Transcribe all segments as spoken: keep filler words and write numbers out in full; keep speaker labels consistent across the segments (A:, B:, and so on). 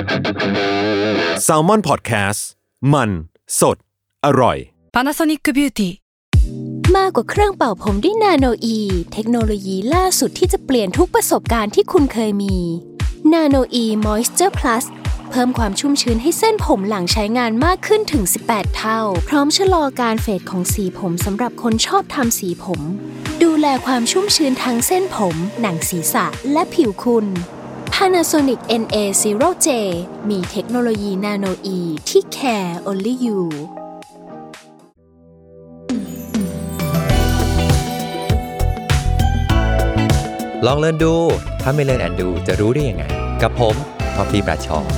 A: Salmon Podcast มันสดอร่อย
B: Panasonic Beauty
C: มากกว่าเครื่องเป่าผมด้วยนาโนอีเทคโนโลยีล่าสุดที่จะเปลี่ยนทุกประสบการณ์ที่คุณเคยมีนาโนอีมอยส์เจอร์พลัสเพิ่มความชุ่มชื้นให้เส้นผมหลังใช้งานมากขึ้นถึงสิบแปดเท่าพร้อมชะลอการเฟดของสีผมสำหรับคนชอบทำสีผมดูแลความชุ่มชื้นทั้งเส้นผมหนังศีรษะและผิวคุณ Panasonic เอ็น เอ ศูนย์ เจ มีเทคโนโลยีนาโนอีที่ care only you
D: ลองเล่นดูถ้าไม่เล่นแอนดูจะรู้ได้ยังไงกับผมท็อปปี้ปราชร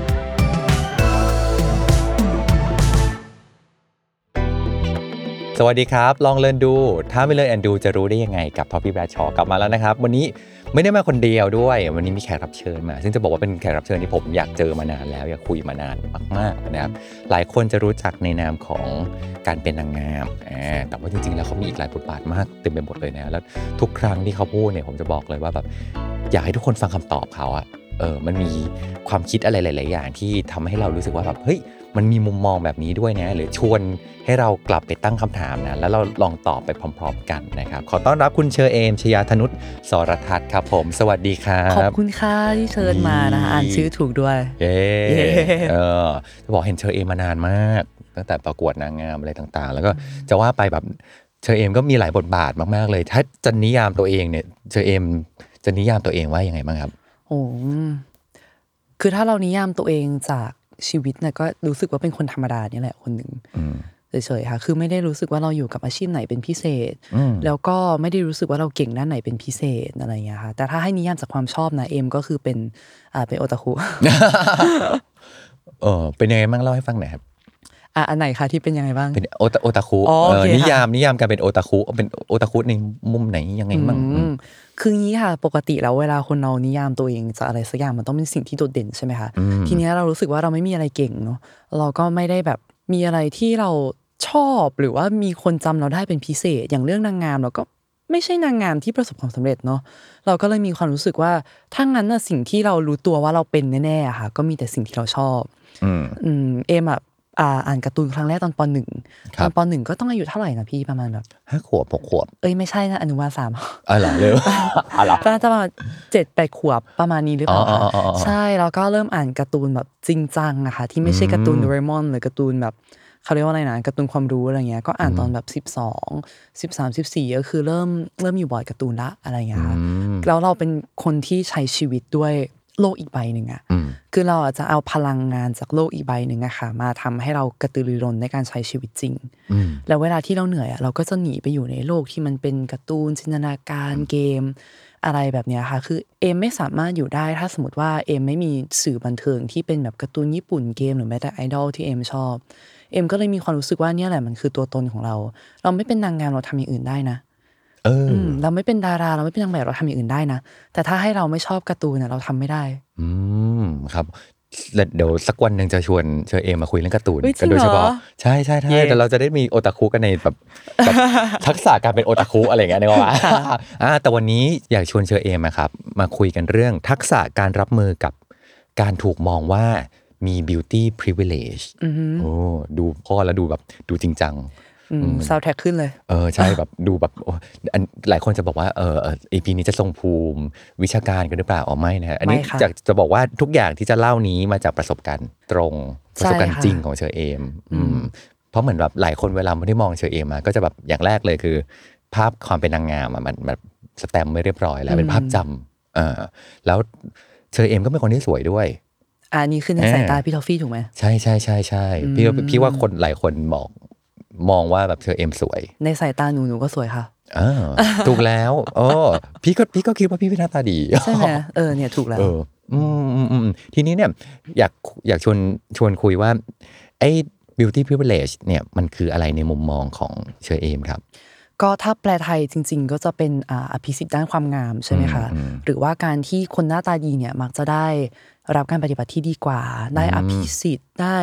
D: สวัสดีครับลองเล่นดูถ้าไม่เล่นแอนดูจะรู้ได้ยังไงกับท็อปปี้ปราชรกลับมาแล้วนะครับวันนี้ไม่ได้มาคนเดียวด้วยวันนี้มีแขกรับเชิญมาซึ่งจะบอกว่าเป็นแขกรับเชิญที่ผมอยากเจอมานานแล้วอยากคุยมานานมากๆนะครับหลายคนจะรู้จักในนามของการเป็นนางงามแต่ว่าจริงๆแล้วเขามีอีกหลายบทบาทมากเต็มไปหมดเลยนะแล้วทุกครั้งที่เขาพูดเนี่ยผมจะบอกเลยว่าแบบอยากให้ทุกคนฟังคำตอบเขาอะเออมันมีความคิดอะไรหลายๆอย่างที่ทำให้เรารู้สึกว่าแบบเฮ้ยมันมีมุมมองแบบนี้ด้วยนะหรือชวนให้เรากลับไปตั้งคำถามนะแล้วเราลองตอบไปพร้อมๆกันนะครับขอต้อนรับคุณเชอเอมชยาธนุชสรทัศน์ครับผมสวัสดีครับ
B: ขอบคุณค่ะที่เชิญมานะคะอ่านชื่อถูกด้วย
D: เย้เออจะบอกเห็นเชอเอมมานานมากตั้งแต่ประกวดนางงามอะไรต่างๆแล้วก็จะว่าไปแบบเชอเอมก็มีหลายบทบาทมากๆเลยถ้าจะนิยามตัวเองเนี่ยเชอเอมจะนิยามตัวเองว่ายังไงบ้างครับ
B: โอ้คือถ้าเรานิยามตัวเองจากชีวิตเนี่ยก็รู้สึกว่าเป็นคนธรรมดานี่แหละคนหนึ่งเฉยๆค่ะคือไม่ได้รู้สึกว่าเราอยู่กับอาชีพไหนเป็นพิเศษแล้วก็ไม่ได้รู้สึกว่าเราเก่งด้านไหนเป็นพิเศษอะไรอย่างเงี้ยค่ะแต่ถ้าให้นิยามจากความชอบนะเอมก็คือเป็นอ่าเป็นโอตาคุ
D: เออเป็นยังไงบ้างเล่าให้ฟังหน่อยครับ
B: อ่ะอันไหนคะที่เป็นยังไงบ้าง
D: เป็นโอตาโอตาคุเออนิยามนิยามการเป็นโอตาคุเป็นโอตาคุในมุมไหนยังไงบ้าง
B: คืองี้ค่ะปกติแล้วเวลาคนเรานิยามตัวเองจากอะไรสักอย่างมันต้องเป็นสิ่งที่โดดเด่นใช่ไหมคะทีนี้เรารู้สึกว่าเราไม่มีอะไรเก่งเนาะเราก็ไม่ได้แบบมีอะไรที่เราชอบหรือว่ามีคนจำเราได้เป็นพิเศษอย่างเรื่องนางงามเราก็ไม่ใช่นางงามที่ประสบความสำเร็จเนาะเราก็เลยมีความรู้สึกว่าถ้างั้นน่ะสิ่งที่เรารู้ตัวว่าเราเป็นแน่ๆค่ะก็มีแต่สิ่งที่เราชอบอืมเอมอ่ะอ่าอ่านการ์ตูนครั้งแรกตอนป.หนึ่ง ตอนป.หนึ่งก็ต้องอายุเท่าไหร่นะพี่ประมาณแบบ
D: ห้าขวบหกขวบ
B: เอ้ยไม่ใช่นะอนุบาลสาม
D: อ๋อเหรอเร็วอ๋อเหรอ
B: ก็จะประมาณเจ็ด แปดขวบประมาณนี้หรือเปล่าคะใช่แล้วก็เริ่มอ่านการ์ตูนแบบจริงจังอะค่ะที่ไม่ใช่การ์ตูนโดเรมอนหรือการ์ตูนแบบเขาเรียกว่าอะไรนะการ์ตูนความรู้อะไรเงี้ยก็อ่านตอนแบบสิบสอง สิบสาม สิบสี่ก็คือเริ่มเริ่มอยู่บอร์ดการ์ตูนละอะไรเงี้ยค่ะแล้วเราเป็นคนที่ใช้ชีวิตด้วยโลกอีกใบหนึ่งอ่ะคือเราอาจจะเอาพลังงานจากโลกอีกใบหนึ่งอะค่ะมาทำให้เรากระตือรือร้นในการใช้ชีวิตจริงแล้วเวลาที่เราเหนื่อยอะเราก็จะหนีไปอยู่ในโลกที่มันเป็นการ์ตูนจินตนาการเกมอะไรแบบนี้ค่ะคือเอมไม่สามารถอยู่ได้ถ้าสมมติว่าเอมไม่มีสื่อบันเทิงที่เป็นแบบการ์ตูนญี่ปุ่นเกมหรือแม้แต่ไอดอลที่เอมชอบเอมก็เลยมีความรู้สึกว่าเนี่ยแหละมันคือตัวตนของเราเราไม่เป็นนางงามเราทำอย่างอื่นได้นะ
D: เออ
B: เราไม่เป็นดาราเราไม่เป็นนางแบบเราทำอย่างอื่นได้นะแต่ถ้าให้เราไม่ชอบการ์ตูนเนี่ยเราทำไม่ได้
D: อืมครับเดี๋ยวสักวันหนึ่งจะชวนเชอเอมมาคุยเรื่องการ์ตูนกันโดยเฉพาะใช่ใช่ใช่แต่เราจะได้มีโอตาคุกันในแบบทักษะการเป็นโอตาคุอะไรอย่างเงี้ยนึกว่าอ่าแต่วันนี้อยากชวนเชอเอมนะครับมาคุยกันเรื่องทักษะการรับมือกับการถูกมองว่ามี beauty privilege โอ้ดูพ่อแล้วดูแบบดูจริงจัง
B: ซาวด์แทร็กขึ้นเลย
D: เออใช่แบบดูแบบหลายคนจะบอกว่าเออ อี พี นี้จะทรงภูมิวิชาการกันหรือเปล่าอ๋อไม่นะอันนี้จะจะบอกว่าทุกอย่างที่จะเล่านี้มาจากประสบการณ์ตรงประสบการณ์จริงของเชอเอมเพราะเหมือนแบบหลายคนเวลาไม่ได้มองเชอเอมมาก็จะแบบอย่างแรกเลยคือภาพความเป็นนางงามมันแบบสแตมป์ไม่เรียบร้อยแล้วเป็นภาพจำเออแล้วเชอเอมก็เป็นคนที่สวยด้วย
B: อันนี้คือในสายตาพี่ทอฟฟี่ถูกไหม
D: ใช่ใช่ใช่ใช่พี่พี่ว่าคนหลายคนบอกมองว่าแบบเชอเอมสวย
B: ในสายตาหนูหนูก็สวยค่ะ
D: อ่าถูกแล้วโอ้พี่ก็พี่ก็คิดว่าพี่เป็นหน้าตาดี
B: ใช่ไหมเออเนี่ยถูกแล้ว
D: เอออืมอืมทีนี้เนี่ยอยากอยากชวนชวนคุยว่าไอ้ beauty privilege เนี่ยมันคืออะไรในมุมมองของเชอเอมครับ
B: ก็ถ้าแปลไทยจริงๆก็จะเป็นอ่าอภิสิทธิ์ด้านความงามใช่ไหมคะหรือว่าการที่คนหน้าตาดีเนี่ยมักจะได้รับการปฏิบัติที่ดีกว่าได้อภิสิทธิ์ได้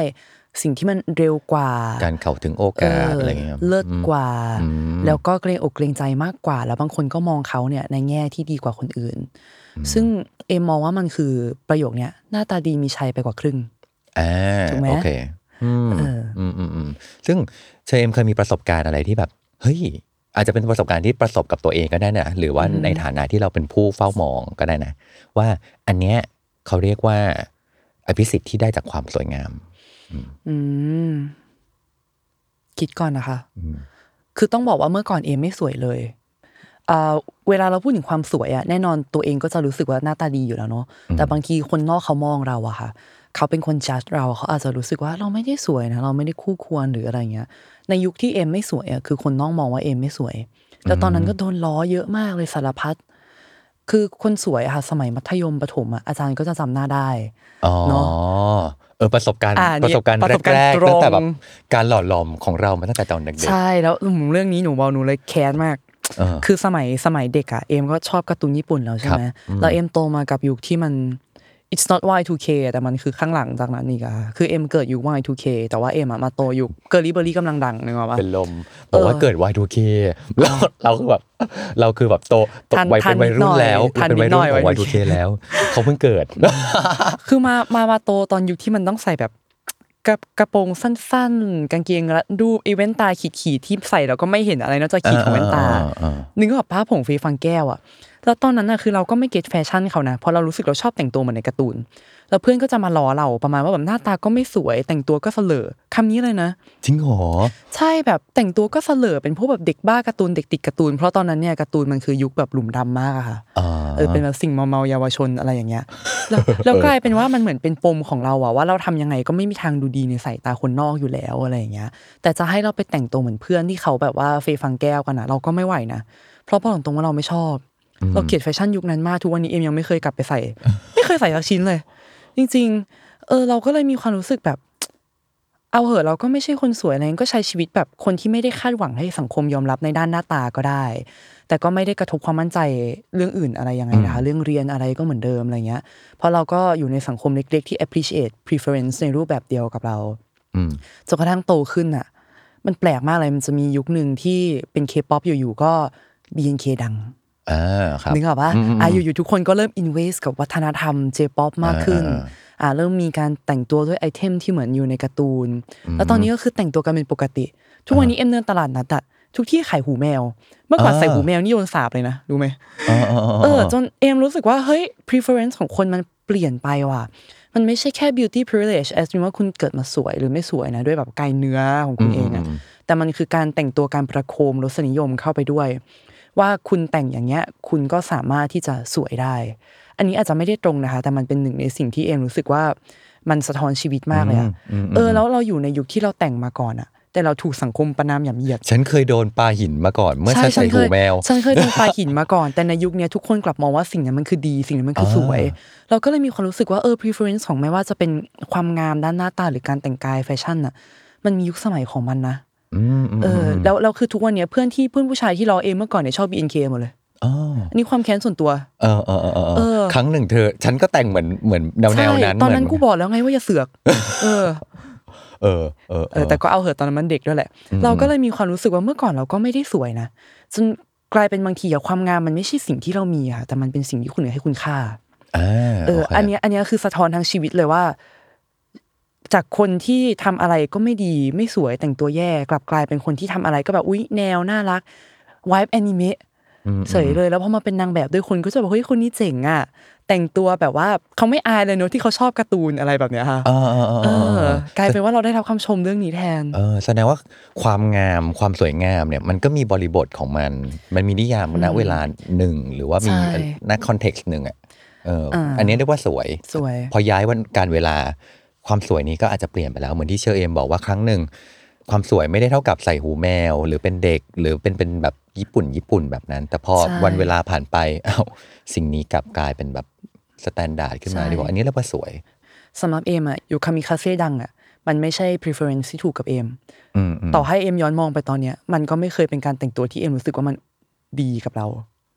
B: สิ่งที่มันเร็วกว่า
D: การเข้าถึงโอกาสอะไรเงี้ย
B: เลิศกว่าแล้วก็เกรงอกเกรงใจมากกว่าแล้วบางคนก็มองเขาเนี่ยในแง่ที่ดีกว่าคนอื่นซึ่งเอมมองว่ามันคือประโยคเนี้ยหน้าตาดีมีชัยไปกว่าครึ่ง
D: อ่าถูกไหมโอเคอืมอืมอืมอืมซึ่งเชอเอมเคยมีประสบการณ์อะไรที่แบบเฮ้ยอาจจะเป็นประสบการณ์ที่ประสบกับตัวเองก็ได้นะหรือว่าในฐานะที่เราเป็นผู้เฝ้ามองก็ได้นะว่าอันเนี้ยเขาเรียกว่าอภิสิทธิ์ที่ได้จากความสวยงาม
B: อืมคิดก่อนนะคะคือต้องบอกว่าเมื่อก่อนเอมไม่สวยเลยอ่าเวลาเราพูดถึงความสวยอะแน่นอนตัวเองก็จะรู้สึกว่าหน้าตาดีอยู่แล้วเนาะแต่บางทีคนนอกเขามองเราอะค่ะเขาเป็นคนจัดเราเขาอาจจะรู้สึกว่าเราไม่ได้สวยนะเราไม่ได้คู่ควรหรืออะไรเงี้ยในยุคที่เอมไม่สวยอะคือคนนอกมองว่าเอมไม่สวยแล้วตอนนั้นก็โดนล้อเยอะมากเลยสารพัดคือคนสวยอะค่ะสมัยมัธยมประถมอะอาจารย์ก็จะจำหน้าได้เนาะ
D: เออประสบการณ์ประสบการณ์แรกๆตั้งแต่แบบการหล่อหลอมของเรามาตั้งแต่ตอนเด็ก
B: ๆใช่แล้วเรื่องนี้หนูบอกหนูเลยแค้นมากคือสมัยสมัยเด็กอะเอมก็ชอบการ์ตูนญี่ปุ่นแล้วใช่ไหมแล้วเอมโตมากับยุคที่มัน it's not วาย ทู เค แต่มันคือข้างหลังจากนั้นอีกอะคือเอมเกิดยุค วาย ทู เค แต่ว่าเอมมาโตยุคเกอร์ลี่เบอร์รี่กำลังดังนึกออกปะ
D: เป็นลมบอกว่าเกิด วาย ทู เค แล้วเราคือแบบเราคือแบบโตวัยเป็นวัยรุ่นแล้วเป็นวัยรุ่นของ วาย ทู เค แล้วเขาเพิ่งเกิด
B: คือมามามาโตตอนยุคที่มันต้องใส่แบบกระกระโปรงสั้นๆกางเกงรัดรูปอีเวนต์ตาขีดๆที่ใส่แล้วก็ไม่เห็นอะไรนอกจากขีดของแว่นตานึกออกป่ะผงฟีฟังแก้วอ่ะแล้วตอนนั้นน่ะคือเราก็ไม่เก็ตแฟชั่นเขานะเพราะเรารู้สึกเราชอบแต่งตัวเหมือนในการ์ตูนแล้วเพื่อนก็จะมาล้อเราประมาณว่าแบบหน้าตาก็ไม่สวยแต่งตัวก็เสลอคำนี้เลยนะ
D: จริงเหรอ
B: ใช่แบบแต่งตัวก็เสลอเป็นพวกแบบเด็กบ้าการ์ตูนเด็กติดการ์ตูนเพราะตอนนั้นเนี่ยการ์ตูนมันคือยุคแบบหลุมดำมากอะค่ะเออเป็นแบบสิ่งเมาๆเยาวชนอะไรอย่างเงี้ยแล้วแล้วกลายเป็นว่ามันเหมือนเป็นปมของเราอะว่าเราทำยังไงก็ไม่มีทางดูดีในสายตาคนนอกอยู่แล้วอะไรอย่างเงี้ยแต่จะให้เราไปแต่งตัวเหมือนเพื่อนที่เขาแบบว่าเฟย์ฟังแก้วกันนะเราก็ไม่ไหวนะเพราะบอกตรงว่าเราไม่ชอบเราเกลียดแฟชั่นยุคนั้นมากทุกวันนี้เอ็มยังไม่เคยกลับไปใส่ไม่เคยใส่สักชิ้นเลยจริงๆเออเราก็เลยมีความรู้สึกแบบเอาเหอะเราก็ไม่ใช่คนสวยอะไรก็ใช้ชีวิตแบบคนที่ไม่ได้คาดหวังให้สังคมยอมรับในด้านหน้าตาก็ได้แต่ก็ไม่ได้กระทบความมั่นใจเรื่องอื่นอะไรยังไงนะคะเรื่องเรียนอะไรก็เหมือนเดิมอะไรเงี้ยเพราะเราก็อยู่ในสังคมเล็กๆที่ appreciate preference ในรูปแบบเดียวกับเราจนกระทั่งโตขึ้นอ่ะมันแปลกมากเลยมันจะมียุคนึงที่เป็น K-pop อยู่ๆก็ บี เอ็น เค ดัง
D: อ่าครับ
B: นึกออกป่ะอ่ะอยู่ๆทุกคนก็เริ่ม invest กับวัฒนธรรม J-pop มากขึ้นอ่าเริ่มมีการแต่งตัวด้วยไอเทมที่เหมือนอยู่ในการ์ตูนแล้วตอนนี้ก็คือแต่งตัวกันเป็นปกติทุกวันนี้เอ็มเดินตลาดนัดอะทุกที่ขายหูแมวเมื่อก่อนใส่หูแมวนี่โดนสาปเลยนะรู้ไหมเออจนเอ็มรู้สึกว่าเฮ้ย preference ของคนมันเปลี่ยนไปว่ะมันไม่ใช่แค่ beauty privilege as ว่าคุณเกิดมาสวยหรือไม่สวยนะด้วยแบบกายเนื้อของคุณเองอะแต่มันคือการแต่งตัวการประโคมรสนิยมเข้าไปด้วยว่าคุณแต่งอย่างเงี้ยคุณก็สามารถที่จะสวยได้อันนี้อาจจะไม่ได้ตรงนะคะแต่มันเป็นหนึ่งในสิ่งที่เอ็มรู้สึกว่ามันสะท้อนชีวิตมากเลยอะเออแล้วเราอยู่ในยุคที่เราแต่งมาก่อนอะแต่เราถูกสังคมประณามหยามเหยียด
D: ฉันเคยโดนปาหินมาก่อนเมื่อฉันใส่หูแมว
B: ฉันเคยโดนปาหินมาก่อนแต่ในยุคนี้ทุกคนกลับมองว่าสิ่งนั้นมันคือดีสิ่งนั้นมันคือสวยเราก็เลยมีความรู้สึกว่าเออ preference ของไม่ว่าจะเป็นความงามด้านหน้าตาหรือการแต่งกายแฟชั่นน่ะมันมียุคสมัยของมันนะเออแล้วแล้วคือทุกวันนี้เพื่อนที่เพื่อนผู้ชายที่รอเอมเมื่อก่อนเนี่ยชอบ บี เอ็น เค หมดเลยอันนี้ความแค้นส่วนตัว
D: เออเออเออครั้งหนึ่งเธอฉันก็แต่งเหมือนเหมือนแนวแนวนั้น
B: ตอนนั้นกูบอกแล้วไงว่าอย่าเสือกเออ
D: เออเออ
B: เออแต่ก็เอาเหอะตอนนั้นมันเด็กด้วยแหละเราก็เลยมีความรู้สึกว่าเมื่อก่อนเราก็ไม่ได้สวยนะจนกลายเป็นบางทีอะความงามมันไม่ใช่สิ่งที่เรามีอะแต่มันเป็นสิ่งที่คุณให้คุณค่าเอออันนี้อันนี้คือสะท้อนทางชีวิตเลยว่าจากคนที่ทำอะไรก็ไม่ดีไม่สวยแต่งตัวแย่กลับกลายเป็นคนที่ทำอะไรก็แบบอุ๊ยแนวน่ารักวายแอนิเมะเฉยเลยแล้วพอมาเป็นนางแบบด้วยคนก็จะบอกเฮ้ยคนนี้เจ๋งอ่ะแต่งตัวแบบว่าเขาไม่อายเลยเนอะที่เขาชอบการ์ตูนอะไรแบบเนี้ยค่ะเออกลายเป็นว่าเราได้รับคำชมเรื่องนี้แทน
D: เออแสดงว่าความงามความสวยงามเนี่ยมันก็มีบริบทของมันมันมีนิยามณเวลาหนึ่งหรือว่ามีณคอนเท็กซ์หนึ่งอ่ะเอออันนี้เรียกว่าสวย
B: สวย
D: พอย้ายวันการเวลาความสวยนี้ก็อาจจะเปลี่ยนไปแล้วเหมือนที่เชอเอมบอกว่าครั้งหนึ่งความสวยไม่ได้เท่ากับใส่หูแมวหรือเป็นเด็กหรือเป็นเป็นแบบญี่ปุ่นญี่ปุ่นแบบนั้นแต่พอวันเวลาผ่านไปอ้าวสิ่งนี้กลับกลายเป็นแบบสแตนดาร์ดขึ้นมาดีกว่าอันนี้เรียกว่าสวย
B: สำหรับเอมอ่ะอยู่คามิคาเซ่ดังอ่ะมันไม่ใช่ preference ที่ถูกกับเอมต่อให้เอมย้อนมองไปตอนเนี้ยมันก็ไม่เคยเป็นการแต่งตัวที่เอมรู้สึกว่ามันดีกับเรา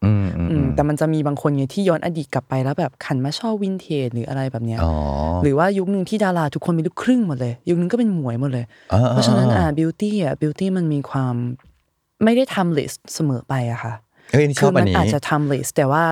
D: อืมอืม
B: แต่มันจะมีบางคนไงที่ย้อนอดีตกลับไปแล้วแบบขันมาชอบวินเทจหรืออะไรแบบเนี้ยหรือว่ายุคนึงที่ดาราทุกคนเป็นลูกครึ่งหมดเลยยุคนึงก็เป็นหมวยหมดเลยเพราะฉะนั้นอ่าบิวตี้อ่ะบิวตี้มันมีความไม่ได้ทำ list เสมอไปอะค่ะ
D: คือมัน
B: อาจจะทำ list แต่ว่า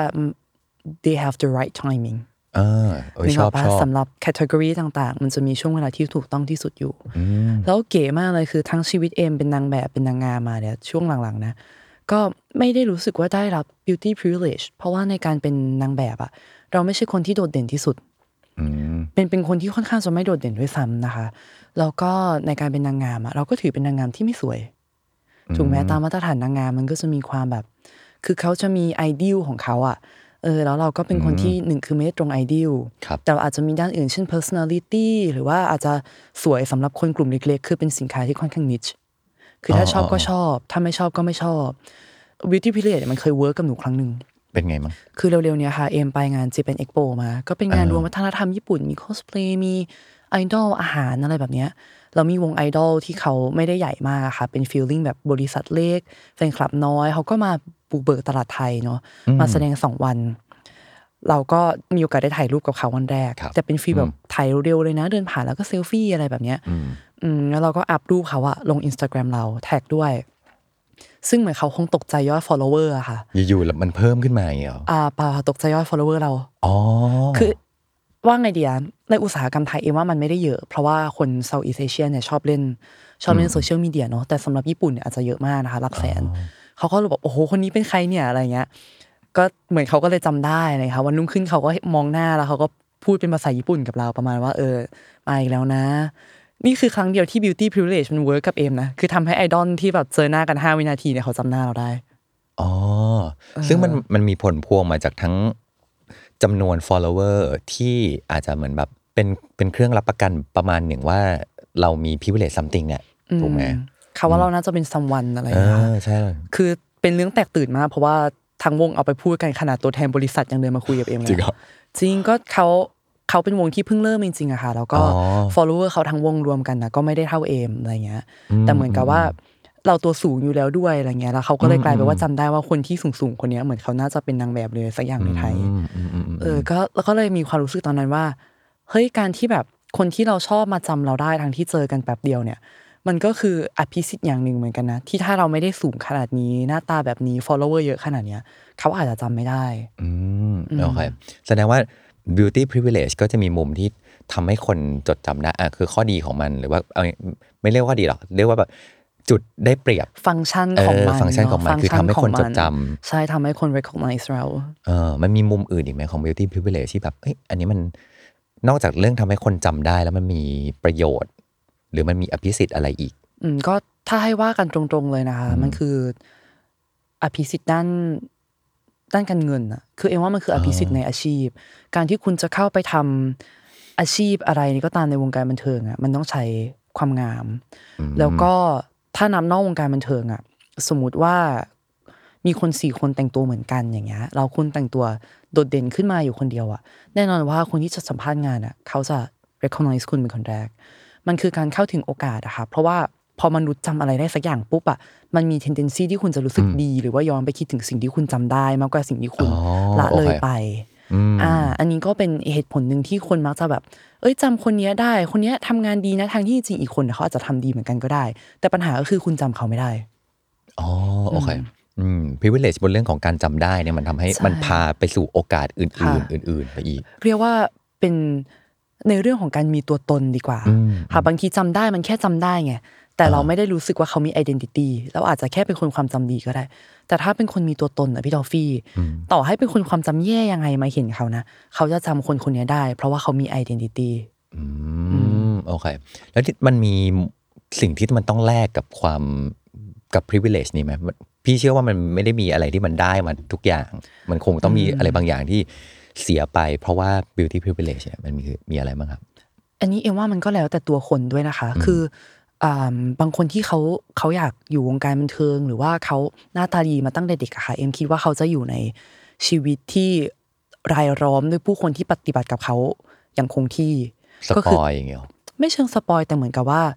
B: they have the right timing
D: เออชอบชอบ
B: สำหรับแคตตากรีต่างๆมันจะมีช่วงเวลาที่ถูกต้องที่สุดอยู่แล้วเก๋มากเลยคือทั้งชีวิตเอมเป็นนางแบบเป็นนางงามมาเนี่ยช่วงหลังๆนะก็ไม่ได้รู้สึกว่าได้รับ beauty privilege เพราะว่าในการเป็นนางแบบอะเราไม่ใช่คนที่โดดเด่นที่สุดเป็นเป็นคนที่ค่อนข้างจะไม่โดดเด่นด้วยซ้ำนะคะแล้วก็ในการเป็นนางงามอะเราก็ถือเป็นนางงามที่ไม่สวยถูกไหมตามมาตรฐานนางงามมันก็จะมีความแบบคือเขาจะมีไอดอลของเขาอะเออแล้วเราก็เป็นคนที่หนึ่งคือไม่ได้ตรงไอดอลแต่อาจจะมีด้านอื่นเช่น personality หรือว่าอาจจะสวยสำหรับคนกลุ่มเล็กๆคือเป็นสินค้าที่ค่อนข้าง niche คือถ้าชอบก็ชอบถ้าไม่ชอบก็ไม่ชอบ beauty privilege มันเคยเวิร์กกับหนูครั้งนึง
D: เป็นไงมั้ง
B: คือเร็วๆเนี้ยค่ะเอมไปงาน Japan Expo มาก็เป็นงานรวมวัฒนธรรมญี่ปุ่นมี cosplay มีไอดอลอาหารอะไรแบบเนี้ยเรามีวงไอดอลที่เขาไม่ได้ใหญ่มากค่ะเป็น feeling แบบบริษัทเล็กแฟนคลับน้อยเขาก็มาบุกเบิกตลาดไทยเนาะมาแสดงสองวันเราก็มีโอกาสได้ถ่ายรูปกับเขาวันแรกแต่เป็นฟีลแบบถ่ายเร็วๆเลยนะเดินผ่านแล้วก็เซลฟี่อะไรแบบเนี้ยอืมแล้วเราก็อัพรูปเขาอะลง Instagram เราแท็กด้วยซึ่งเหมือนเขาคงตกใจยอด follower อะค่ะ
D: อยู่ๆแล้วมันเพิ่มขึ้นมาอย่างเงี้ย
B: อ่าเปล่าตกใจยอด follower เรา
D: อ๋อ
B: คือว่าไงดีอะในอุตสาหกรรมไทยเองว่ามันไม่ได้เยอะเพราะว่าคน Southeast Asia เนี่ยชอบเล่นชอบเล่นโซเชียลมีเดียเนาะแต่สำหรับญี่ปุ่นเนี่ยอาจจะเยอะมากนะคะหลักแสนเขาก็เลยบอกโอ้โหคนนี้เป็นใครเนี่ยอะไรเงี้ยก็เหมือนเขาก็เลยจำได้เลยค่ะวันรุ่งขึ้นเขาก็มองหน้าแล้วเขาก็พูดเป็นภาษาญี่ปุ่นกับเราประมาณว่าเออมาอีกแล้วนะนี่คือครั้งเดียวที่ beauty privilege มันเวิร์กกับเอมนะคือทำให้ไอดอลที่แบบเจอหน้ากันห้าวินาทีเนี่ยเขาจำหน้าเราได้
D: อ๋อซึ่งมันมันมีผลพวงมาจากทั้งจำนวน follower ที่อาจจะเหมือนแบบเป็นเป็นเครื่องรับประกันประมาณหนึ่งว่าเรามี privilege something เนี่ยถูกไหม
B: เขาว่าเราน่าจะเป็น someone อะไรอย่างเงี้ย
D: ใช่
B: คือเป็นเรื่องแตกตื่นมากเพราะว่าทางวงเอาไปพูดกันขนาดตัวแทนบริษัทยังเดินมาคุยกับเอมเลย
D: จริงเหรอ
B: จริงก็เขาเขาเป็นวงที่เพิ่งเริ่มจริงๆอะค่ะแล้วก็ follower เขาทั้งวงรวมกันนะก็ไม่ได้เท่าเอมอะไรเงี้ยแต่เหมือนกับว่าเราตัวสูงอยู่แล้วด้วยอะไรเงี้ยแล้วเขาก็เลยกลายเป็นว่าจำได้ว่าคนที่สูงๆคนนี้เหมือนเขาน่าจะเป็นนางแบบเลยสักอย่างในไทยเออก็แล้วก็เลยมีความรู้สึกตอนนั้นว่าเฮ้ยการที่แบบคนที่เราชอบมาจำเราได้ทั้งที่เจอกันแป๊บเดียวเนี่ยมันก็คืออภิสิทธิ์อย่างหนึ่งเหมือนกันนะที่ถ้าเราไม่ได้สูงขนาดนี้หน้าตาแบบนี้ follower เยอะขนาดเนี้ยเขาอาจจะจำไม่ได้
D: อืมโอเคแสดงว่า beauty privilege ก็จะมีมุมที่ทำให้คนจดจำได้อ่ะคือข้อดีของมันหรือว่าไม่เรียกว่าดีหรอกเรียกว่าแบบจุดได้เปรียบ
B: ฟังก์ชันของมัน
D: ฟังก์ชันของมันคือทำให้คนจดจำ
B: ใช่ทำให้คน recognize เรา
D: เออมันมีมุมอื่นอีกไหมของ beauty privilege ที่แบบเอ้ยอันนี้มันนอกจากเรื่องทำให้คนจำได้แล้วมันมีประโยชน์หรือมันมีอภิสิทธิ์อะไรอีก
B: อืมก็ถ้าให้ว่ากันตรงๆเลยนะคะมันคืออภิสิทธิ์ด้านด้านการเงินอะคือเอ็มว่ามันคืออภิสิทธิ์ในอาชีพการที่คุณจะเข้าไปทำอาชีพอะไรนี่ก็ตามในวงการบันเทิงอะมันต้องใช้ความงามแล้วก็ถ้านำนอกวงการบันเทิงอะสมมุติว่ามีคนสี่คนแต่งตัวเหมือนกันอย่างเงี้ยเราคุณแต่งตัวโดดเด่นขึ้นมาอยู่คนเดียวอะแน่นอนว่าคนที่จะสัมภาษณ์งานอะเขาจะ recognize คุณเป็นคนแรกมันคือการเข้าถึงโอกาสอะค่ะเพราะว่าพอมนุษย์จำอะไรได้สักอย่างปุ๊บอะมันมี tendency ที่คุณจะรู้สึกดีหรือว่าย้อนไปคิดถึงสิ่งที่คุณจำได้มากกว่าสิ่งที่คุณละเลยไปอ่าอันนี้ก็เป็นเหตุผลนึงที่คนมักจะแบบเอ้ยจำคนนี้ได้คนนี้ทำงานดีนะทางที่จริงอีกคนเขาอาจจะทำดีเหมือนกันก็ได้แต่ปัญหาก็คือคุณจำเขาไม่ได้
D: อ๋อโอเคอืม privilege บนเรื่องของการจำได้เนี่ยมันทำให้มันพาไปสู่โอกาสอื่นๆอื่นๆไปอีก
B: เรียกว่าเป็นในเรื่องของการมีตัวตนดีกว่าค่ะบางทีจำได้มันแค่จำได้ไงแต่เราไม่ได้รู้สึกว่าเขามี identity เราอาจจะแค่เป็นคนความจำดีก็ได้แต่ถ้าเป็นคนมีตัวตนอะพี่ดอฟฟี่ต่อให้เป็นคนความจำแย่ยังไงมาเห็นเขานะเขาจะจำคนคนนี้ได้เพราะว่าเขามี identity
D: อืมโอเคแล้วมันมีสิ่งที่มันต้องแลกกับความกับ privilege นี่ไหมพี่เชื่อว่ามันไม่ได้มีอะไรที่มันได้มาทุกอย่างมันคงต้องมีอะไรบางอย่างที่เสียไปเพราะว่า beauty privilege เนี่ยมันมีมีอะไรบ้างครับ
B: อันนี้เอ็มว่ามันก็แล้วแต่ตัวคนด้วยนะคะคือบางคนที่เขาเขาอยากอยู่วงการบันเทิงหรือว่าเขาหน้าตาดีมาตั้งแต่เด็กอะค่ะเอ็มคิดว่าเขาจะอยู่ในชีวิตที่รายล้อมด้วยผู้คนที่ปฏิบัติกับเขาอย่างคงที่
D: ก็คืออย่างเงี้ย
B: ไม่เชิงสปอยแต่เหมือนกับว่า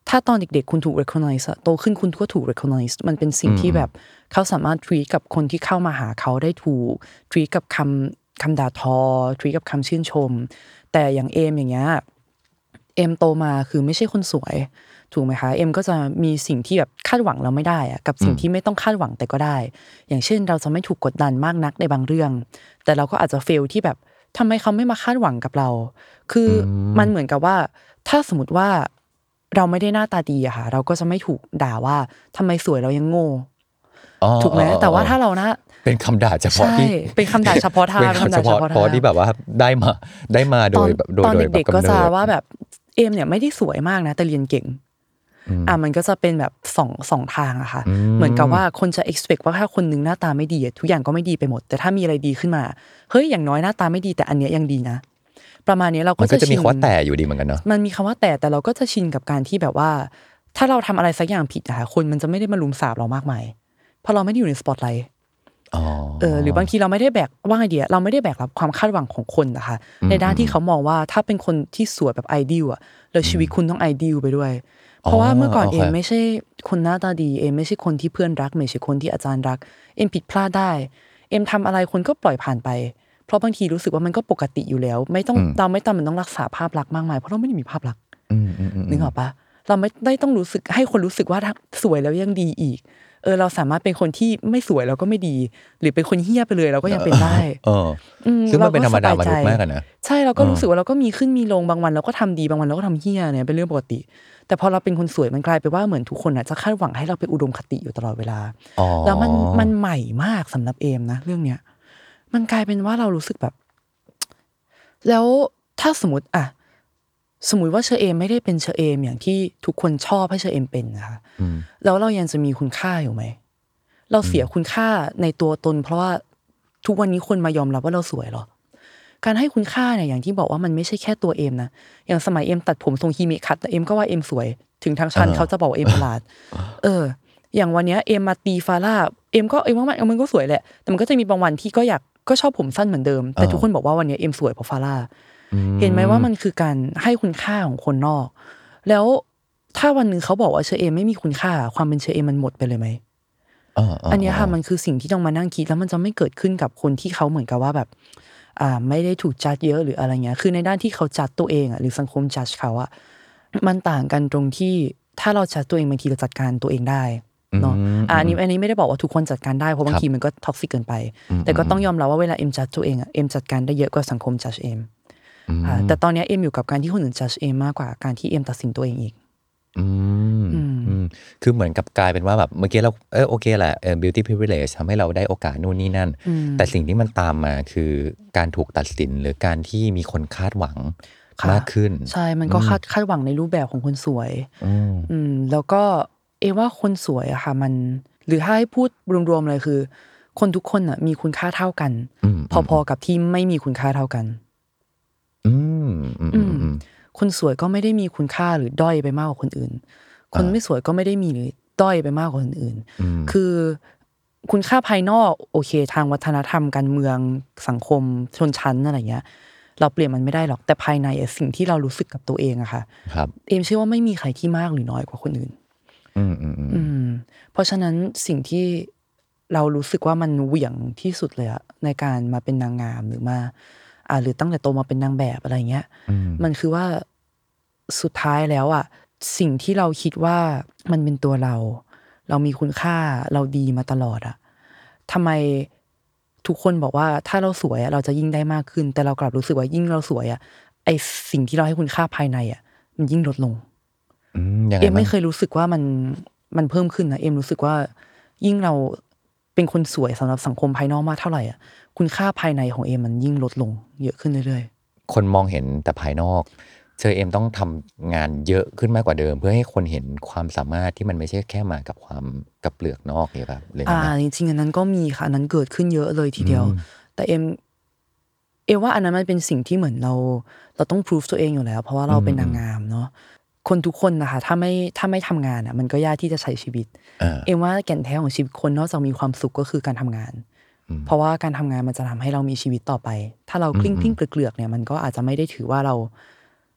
B: ถ้าตอนเด็กๆคุณถูก recognize โตขึ้นคุณก็ถูก recognize มันเป็นสิ่งที่แบบเขาสามารถ treat กับคนที่เข้ามาหาเขาได้ถูก treat กับคำคำด่าทอ treat กับคำชื่นชมแต่อย่างเอมอย่างเงี้ยเอมโตมาคือไม่ใช่คนสวยถูกไหมคะเอ็มก็จะมีสิ่งที่แบบคาดหวังเราไม่ได้อะกับสิ่งที่ไม่ต้องคาดหวังแต่ก็ได้อย่างเช่นเราจะไม่ถูกกดดันมากนักในบางเรื่องแต่เราก็อาจจะเฟลที่แบบทำไมเขาไม่มาคาดหวังกับเราคือมันเหมือนกับว่าถ้าสมมติว่าเราไม่ได้หน้าตาดีอะค่ะเราก็จะไม่ถูกด่าว่าทำไมสวยเรายังโง่ถูกไหมแต่ว่าถ้าเรานะ
D: เป็นคำด่าเฉพาะที่
B: เป็นคำด่าเฉพาะทาง
D: เป็นคำเฉพาะพอที่แบบว่าได้มาได้มาโดยโดย
B: ตอนเด็กๆก็จะว่าแบบเอมเนี่ยไม่ได้สวยมากนะแต่เรียนเก่งอ่ะมันก็จะเป็นแบบสองสองทางอะค่ะเหมือนกับว่าคนจะ expect ว่าถ้าคนนึงหน้าตาไม่ดีทุกอย่างก็ไม่ดีไปหมดแต่ถ้ามีอะไรดีขึ้นมาเฮ้ยอย่างน้อยหน้าตาไม่ดีแต่อันเนี้ยยังดีนะประมาณนี้เราก็
D: จะมีคำว่าแต่อยู่ดีเหมือนกันเนาะ
B: มันมีคำว่าแต่แต่เราก็จะชินกับการที่แบบว่าถ้าเราทำอะไรสักอย่างผิดอะค่ะคนมันจะไม่ได้มาลุมสาบเรามากมายเพราะเราไม่ได้อยู่ในสปอตไลท์เออหรือบางทีเราไม่ได้แบกว่าไงดีเราไม่ได้แบกรับความคาดหวังของคนนะคะในด้านที่เขามองว่าถ้าเป็นคนที่สวยแบบไอดอลอะแล้วชีวิตคุณต้องไอดอลไปด้วยเพราะว่าเมื่อก่อนเองไม่ใช่คนหน้าตาดีเองไม่ใช่คนที่เพื่อนรักไม่ใช่คนที่อาจารย์รักเอ็มผิดพลาดได้เอ็มทำอะไรคนก็ปล่อยผ่านไปเพราะบางทีรู้สึกว่ามันก็ปกติอยู่แล้วไม่ต้องเราไม่ต้องมันต้องรักษาภาพลักษณ์มากมายเพราะเราไม่ได้มีภาพลักษณ์นึกออกปะเราไม่ได้ต้องรู้สึกให้คนรู้สึกว่าสวยแล้วยังดีอีกเออเราสามารถเป็นคนที่ไม่สวยแล้วก็ไม่ดีหรือเป็นคนเหี้ยไปเลยเราก็ยังเป็นได้
D: ซึ่งมันเป็นธรรมดามนุษย์มากกันนะ
B: ใช่เราก็รู้สึกว่าเราก็มีขึ้นมีลงบางวันเราก็ทำดีบางวันเราก็ทำเหี้ยเนี่ยเป็นเรื่องปกติแต่พอเราเป็นคนสวยมันกลายไปว่าเหมือนทุกคนอ่ะจะคาดหวังให้เราไปอุดมคติอยู่ตลอดเวลาแล้วมันมันใหม่มากสำหรับเอมนะเรื่องเนี้ยมันกลายเป็นว่าเรารู้สึกแบบแล้วถ้าสมมติอ่ะสมมุติว่าเชอเอมไม่ได้เป็นเชอเอมอย่างที่ทุกคนชอบให้เชอเอมเป็นนะคะแล้วเรายังจะมีคุณค่าอยู่ไหมเราเสียคุณค่าในตัวตนเพราะว่าทุกวันนี้คนมายอมรับว่าเราสวยหรอการให้คุณค่าเนี่ยอย่างที่บอกว่ามันไม่ใช่แค่ตัวเอมนะอย่างสมัยเอมตัดผมทรงฮิเมะคัตแต่เอมก็ว่าเอมสวยถึงทางชั้นเขาจะบอกเอมประหลาดเอออย่างวันนี้เอมมาตีฟาร่าเอมก็เอมว่ามันมันก็สวยแหละแต่มันก็จะมีบางวันที่ก็อยากก็ชอบผมสั้นเหมือนเดิมแต่ทุกคนบอกว่าวันนี้เอมสวยเพราะฟาร่าเห็นไหมว่ามันคือการให้คุณค่าของคนนอกแล้วถ้าวันนึงเขาบอกว่าเชอเอมไม่มีคุณค่าความเป็นเชอเอมมันหมดไปเลยไหมอันนี้ค่ะมันคือสิ่งที่ต้องมานั่งคิดแล้วมันจะไม่เกิดขึ้นกับคนที่เขาเหมือนกับว่าแบบอ่าไม่ได้ถูกจัดเยอะหรืออะไรเงี้ยคือในด้านที่เขาจัดตัวเองอ่ะหรือสังคมจัดเขาอ่ะมันต่างกันตรงที่ถ้าเราจัดตัวเองบางทีเราจัดการตัวเองได้เนาะอันนี้อันนี้ไม่ได้บอกว่าทุกคนจัดการได้เพราะบางทีมันก็ท็อกซิกเกินไปแต่ก็ต้องยอมรับว่าเวลาเอ็มจัดตัวเองอ่ะเอ็มจัดการได้เยอะกว่าสังคมจัดเอ็มแต่ตอนนี้เอ็มอยู่กับการที่คนอื่นจัดเอ็มมากกว่าการที่เอ็มตัดสินตัวเองอีก
D: อืมคือเหมือนกับกลายเป็นว่าแบบเมื่อกี้เราเออโอเคแหละเออ beauty privilege ทำให้เราได้โอกาสนู่นนี่นั่นแต่สิ่งที่มันตามมาคือการถูกตัดสินหรือการที่มีคนคาดหวังมากขึ้น
B: ใช่มันก็คาดคาดหวังในรูปแบบของคนสวยอืมแล้วก็เอว่าคนสวยอะค่ะมันหรือถ้าให้พูดรวมๆเลยคือคนทุกคนอะมีคุณค่าเท่ากันพอๆกับที่ไม่มีคุณค่าเท่ากัน
D: อืมอืม
B: คนสวยก็ไม่ได้มีคุณค่าหรือด้อยไปมากกว่าคนอื่นคนไม่สวยก็ไม่ได้มีหรือด้อยไปมากกว่าคนอื่นคือคุณค่าภายนอกโอเคทางวัฒนธรรมการเมืองสังคมชนชั้นอะไรเงี้ยเราเปลี่ยนมันไม่ได้หรอกแต่ภายในสิ่งที่เรารู้สึกกับตัวเองอะค่ะเอมเชื่อว่าไม่มีใครที่มากหรือน้อยกว่าคนอื่น
D: อืมอืมอืม
B: เพราะฉะนั้นสิ่งที่เรารู้สึกว่ามันเหวี่ยงที่สุดเลยอะในการมาเป็นนางงามหรือมาอ่าหรือตั้งแต่โตมาเป็นนางแบบอะไรเงี้ยมันคือว่าสุดท้ายแล้วอ่ะสิ่งที่เราคิดว่ามันเป็นตัวเราเรามีคุณค่าเราดีมาตลอดอ่ะทำไมทุกคนบอกว่าถ้าเราสวยเราจะยิ่งได้มากขึ้นแต่เรากลับรู้สึกว่ายิ่งเราสวยอ่ะไอสิ่งที่เราให้คุณค่าภายในอ่ะมันยิ่งลดลงเอ็มไม่เคยรู้สึกว่ามันมันเพิ่มขึ้นนะเอ็มรู้สึกว่ายิ่งเราเป็นคนสวยสำหรับสังคมภายนอกมากเท่าไหร่อ่ะคุณค่าภายในของเอ็มมันยิ่งลดลงเยอะขึ้นเรื่อย
D: ๆคนมองเห็นแต่ภายนอกเชอเอ็มต้องทำงานเยอะขึ้นมากกว่าเดิมเพื่อให้คนเห็นความสามารถที่มันไม่ใช่แค่มากับความกับเปลือกนอกเลยครับเลย
B: อ่าจริงๆอันนั้นก็มีค่ะอันนั้นเกิดขึ้นเยอะเลยทีเดียวแต่เอ็มเอ็มว่าอันนั้นมันเป็นสิ่งที่เหมือนเราเราต้องพิสูจตัวเองอยู่แล้วเพราะว่าเราเป็นนางงามเนาะคนทุกคนนะคะถ้าไม่ถ้าไม่ทำงานอ่ะมันก็ยากที่จะใช้ชีวิตเอ็มว่าแก่นแท้ของชีวิตคนนอกจากมีความสุขก็คือการทำงานเพราะว่าการทำงานมันจะทำให้เรามีชีวิตต่อไปถ้าเรากลิ้งกลิ้งเกลือกๆเนี่ยมันก็อาจจะไม่ได้ถือว่าเรา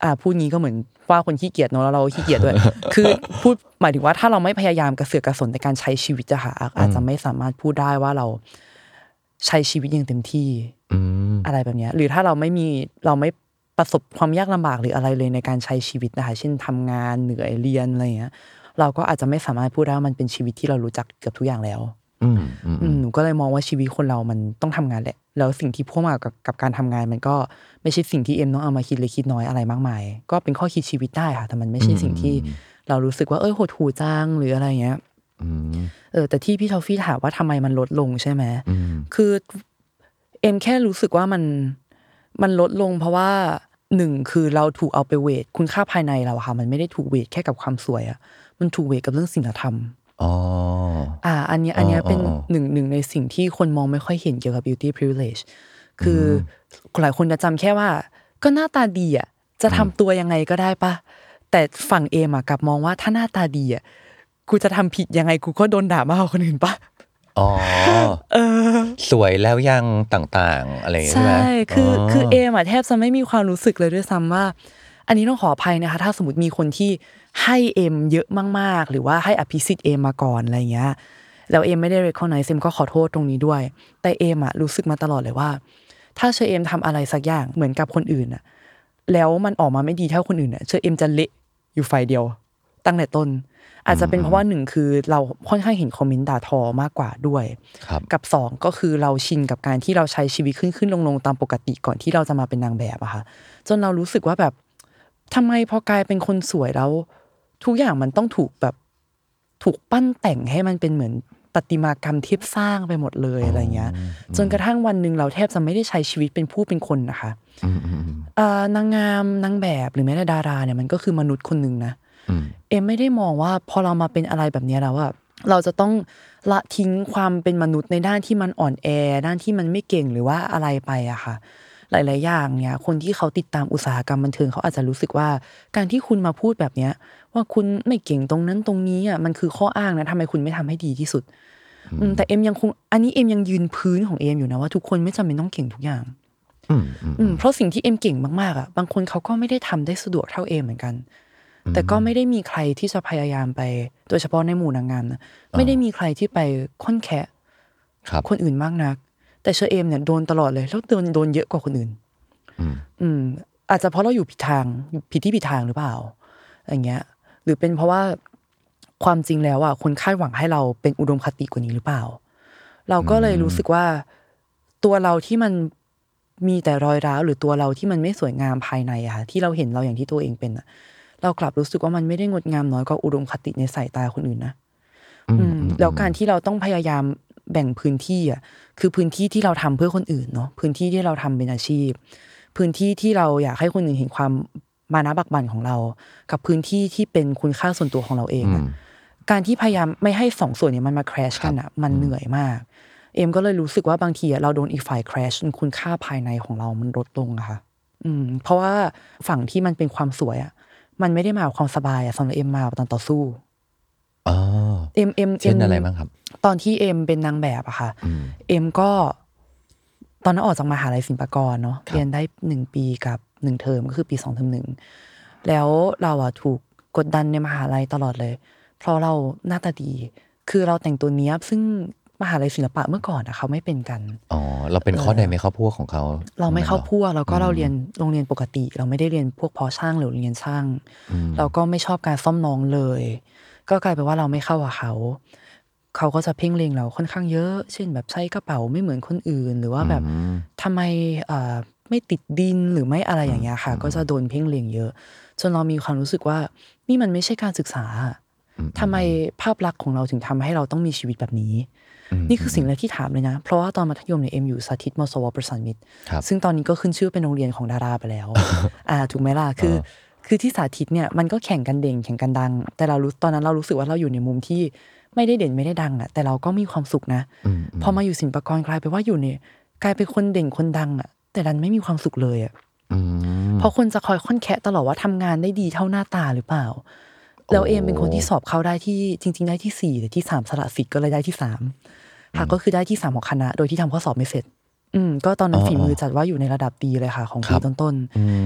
B: อ่าพูดงี้ก็เหมือนว่าคนขี้เกียจเนาะแล้วเราขี้เกียจด้วย คือพูดหมายถึงว่าถ้าเราไม่พยายามกระเสือกกระสนในการใช้ชีวิตอะค่ะอาจจะไม่สามารถพูดได้ว่าเราใช้ชีวิตอย่างเต็มที่อะไรแบบนี้หรือถ้าเราไม่มีเราไม่ประสบความยากลำบากหรืออะไรเลยในการใช้ชีวิตนะคะเช่นทำงานเหนื่อยเรียนอะไรเงี้ยเราก็อาจจะไม่สามารถพูดได้ว่ามันเป็นชีวิตที่เรารู้จักเกือบทุกอย่างแล้วหนูก็เลยมองว่าชีวิตคนเรามันต้องทำงานแหละแล้วสิ่งที่พ่วงมากับกับการทำงานมันก็ไม่ใช่สิ่งที่เอ็มต้องเอามาคิดเล็กคิดน้อยอะไรมากมายก็เป็นข้อคิดชีวิตได้ค่ะแต่มันไม่ใช่สิ่งที่เรารู้สึกว่าเอ้ยโหดหู่จังหรืออะไรเงี้ยเออแต่ที่พี่ทอฟฟี่ถามว่าทำไมมันลดลงใช่ไหมคือเอ็มแค่รู้สึกว่ามันมันลดลงเพราะว่าหนึ่งคือเราถูกเอาไปเวทคุณค่าภายในเราค่ะมันไม่ได้ถูกเวทแค่กับความสวยอ่ะมันถูกเวทกับเรื่องศีลธรรมอ๋ออ่าอันนี้อันนี้เป็นหนึ่งหนึ่งในสิ่งที่คนมองไม่ค่อยเห็นเกี่ยวกับ beauty privilege คือหลายคนจะจำแค่ว่าก็หน้าตาดีอ่ะจะทำตัวยังไงก็ได้ปะแต่ฝั่งเอมอ่ะกลับมองว่าถ้าหน้าตาดีอ่ะกูจะทำผิดยังไงกูก็โดนด่ามากกว่าคนอื่นปะอ๋อเออ
D: สวยแล้วยังต่างๆอะไรใช่ไหม
B: ใช่คือคือเอมอ่ะแทบจะไม่มีความรู้สึกเลยด้วยซ้ำว่าอันนี้ต้องขออภัยนะคะถ้าสมมติมีคนที่ให้เอมเยอะมากๆหรือว่าให้อภิสิทธิ์เอมมาก่อนอะไรเงี้ยแล้วเอมไม่ได้ recognize เอมก็ขอโทษตรงนี้ด้วยแต่เอมอ่ะรู้สึกมาตลอดเลยว่าถ้าเชอเอมทำอะไรสักอย่างเหมือนกับคนอื่นอ่ะแล้วมันออกมาไม่ดีเท่าคนอื่นอ่ะเชอเอมจะเละอยู่ฝ่ายเดียวตั้งแต่ต้นอาจจะเป็นเพราะว่าหนึ่งคือเราค่อนข้างเห็นคอมเมนต์ด่าทอมากกว่าด้วยกับสองก็คือเราชินกับการที่เราใช้ชีวิตขึ้นขึ้นลงๆตามปกติก่อนที่เราจะมาเป็นนางแบบอะค่ะจนเรารู้สึกว่าแบบทำไมพอกลายเป็นคนสวยแล้วทุกอย่างมันต้องถูกแบบถูกปั้นแต่งให้มันเป็นเหมือนประติมากรรมเทียบสร้างไปหมดเลยอะไรเงี้ยจนกระทั่งวันนึงเราแทบจะไม่ได้ใช้ชีวิตเป็นผู้เป็นคนนะคะนางงามนางแบบหรือแม้แต่ดาราเนี่ยมันก็คือมนุษย์คนนึงนะเอ็มไม่ได้มองว่าพอเรามาเป็นอะไรแบบนี้แล้วว่าเราจะต้องละทิ้งความเป็นมนุษย์ในด้านที่มันอ่อนแอด้านที่มันไม่เก่งหรือว่าอะไรไปอะค่ะหลายๆอย่างเนี่ยคนที่เขาติดตามอุตสาหกรรมบันเทิงเขาอาจจะรู้สึกว่าการที่คุณมาพูดแบบเนี้ยว่าคุณไม่เก่งตรงนั้นตรงนี้อ่ะมันคือข้ออ้างนะทำไมคุณไม่ทำให้ดีที่สุดแต่เอ็มยังคงอันนี้เอ็มยังยืนพื้นของเอ็มอยู่นะว่าทุกคนไม่จำเป็นต้องเก่งทุกอย่างเพราะสิ่งที่เอ็มเก่งมากๆอ่ะบางคนเขาก็ไม่ได้ทำได้สะดวกเท่าเอ็มเหมือนกันแต่ก็ไม่ได้มีใครที่จะพยายามไปโดยเฉพาะในหมู่นางงามนะไม่ได้มีใครที่ไปค่อนแคะคนอื่นมากนักแต่เชอเอมเนี่ยโดนตลอดเลยแล้วโดนโดนเยอะกว่าคนอื่นอืมอาจจะเพราะเราอยู่ผิดทางผิดที่ผิดทางหรือเปล่าอย่างเงี้ยหรือเป็นเพราะว่าความจริงแล้วอ่ะคนคาดหวังให้เราเป็นอุดมคติกว่านี้หรือเปล่าเราก็เลยรู้สึกว่าตัวเราที่มันมีแต่รอยร้าวหรือตัวเราที่มันไม่สวยงามภายในอะค่ะที่เราเห็นเราอย่างที่ตัวเองเป็นอะเรากลับรู้สึกว่ามันไม่ได้งดงามน้อยกว่าอุดมคติในสายตาคนอื่นนะอืมแล้วการที่เราต้องพยายามแบ่งพื้นที่อ่ะคือพื้นที่ที่เราทำเพื่อคนอื่นเนาะพื้นที่ที่เราทำเป็นอาชีพพื้นที่ที่เราอยากให้คนอื่นเห็นความมานะบักบั่นของเรากับพื้นที่ที่เป็นคุณค่าส่วนตัวของเราเองอ่ะการที่พยายามไม่ให้สองส่วนนี้มันมาแครชกันอ่ะมันเหนื่อยมากเอ็มก็เลยรู้สึกว่าบางทีเราโดนอีกฝ่ายแครชคุณค่าภายในของเรามันลดลงอะค่ะอืมเพราะว่าฝั่งที่มันเป็นความสวยอ่ะมันไม่ได้มากับความสบายอ่ะสำหรับเอ็มมาตอนต่อสู้อ๋อเอ็มเอ็ม
D: เช่นอะไรบ้างครับ
B: ตอนที่เอ็มเป็นนางแบบอะค่ะเอ็มก็ตอนนั้นออกจากมหาลัยศิลปากรเนาะเรียนได้หนึ่งปีกับหนึ่งเทอมก็คือปีสองเทอมหนึ่งแล้วเราอะถูกกดดันในมหาลัยตลอดเลยเพราะเราหน้าตาดีคือเราแต่งตัวเนี้ยซึ่งมหาลัยศิลปะเมื่อก่อนอะเขาไม่เป็นกัน
D: อ๋อเราเป็นข้อใดไม่เข้าพวกของเขา
B: เราไม่เข้าพวกแล้วก็เราเรียนโรงเรียนปกติเราไม่ได้เรียนพวกพอช่างหรือเรียนช่างเราก็ไม่ชอบการซ่อมน้องเลยก็กลายเป็นว่าเราไม่เข้ากับเขาเขาก็จะเพ่งเล็งเราค่อนข้างเยอะเช่นแบบใช้กระเป๋าไม่เหมือนคนอื่นหรือว่าแบบทำไมไม่ติดดินหรือไม่อะไรอย่างเงี้ยค่ะก็จะโดนเพ่งเล็งเยอะจนเรามีความรู้สึกว่านี่มันไม่ใช่การศึกษาทำไมภาพลักษณ์ของเราถึงทำให้เราต้องมีชีวิตแบบนี้นี่คือสิ่งแรกที่ถามเลยนะเพราะว่าตอนมัธยมเนี่ยเอ็มอยู่สาธิตมสวประสานมิตรซึ่งตอนนี้ก็ขึ้นชื่อเป็นโรงเรียนของดาราไปแล้วอ่าถูกไหมล่ะคือคือที่สาธิตเนี่ยมันก็แข่งกันเด่นแข่งกันดังแต่เรารู้ตอนนั้นเรารู้สึกว่าเราอยู่ในมุมที่ไม่ได้เด่นไม่ได้ดังอ่ะแต่เราก็มีความสุขนะพอมาอยู่ศิลปากรกลายไปว่าอยู่เนี่ยกลายเป็นคนเด่นคนดังอ่ะแต่ดันไม่มีความสุขเลยอ่ะเพราะคนจะคอยค่อนแคะตลอดว่าทำงานได้ดีเท่าหน้าตาหรือเปล่าแล้วเอมเป็นคนที่สอบเข้าได้ที่จริงๆได้ที่สี่แต่ที่สามสละสิทธิ์ก็เลยได้ที่สามค่ะก็คือได้ที่สามของคณะโดยที่ทำข้อสอบไม่เสร็จอืมก็ตอนนั้นฝีมือจัดว่าอยู่ในระดับดีเลยค่ะของปีต้น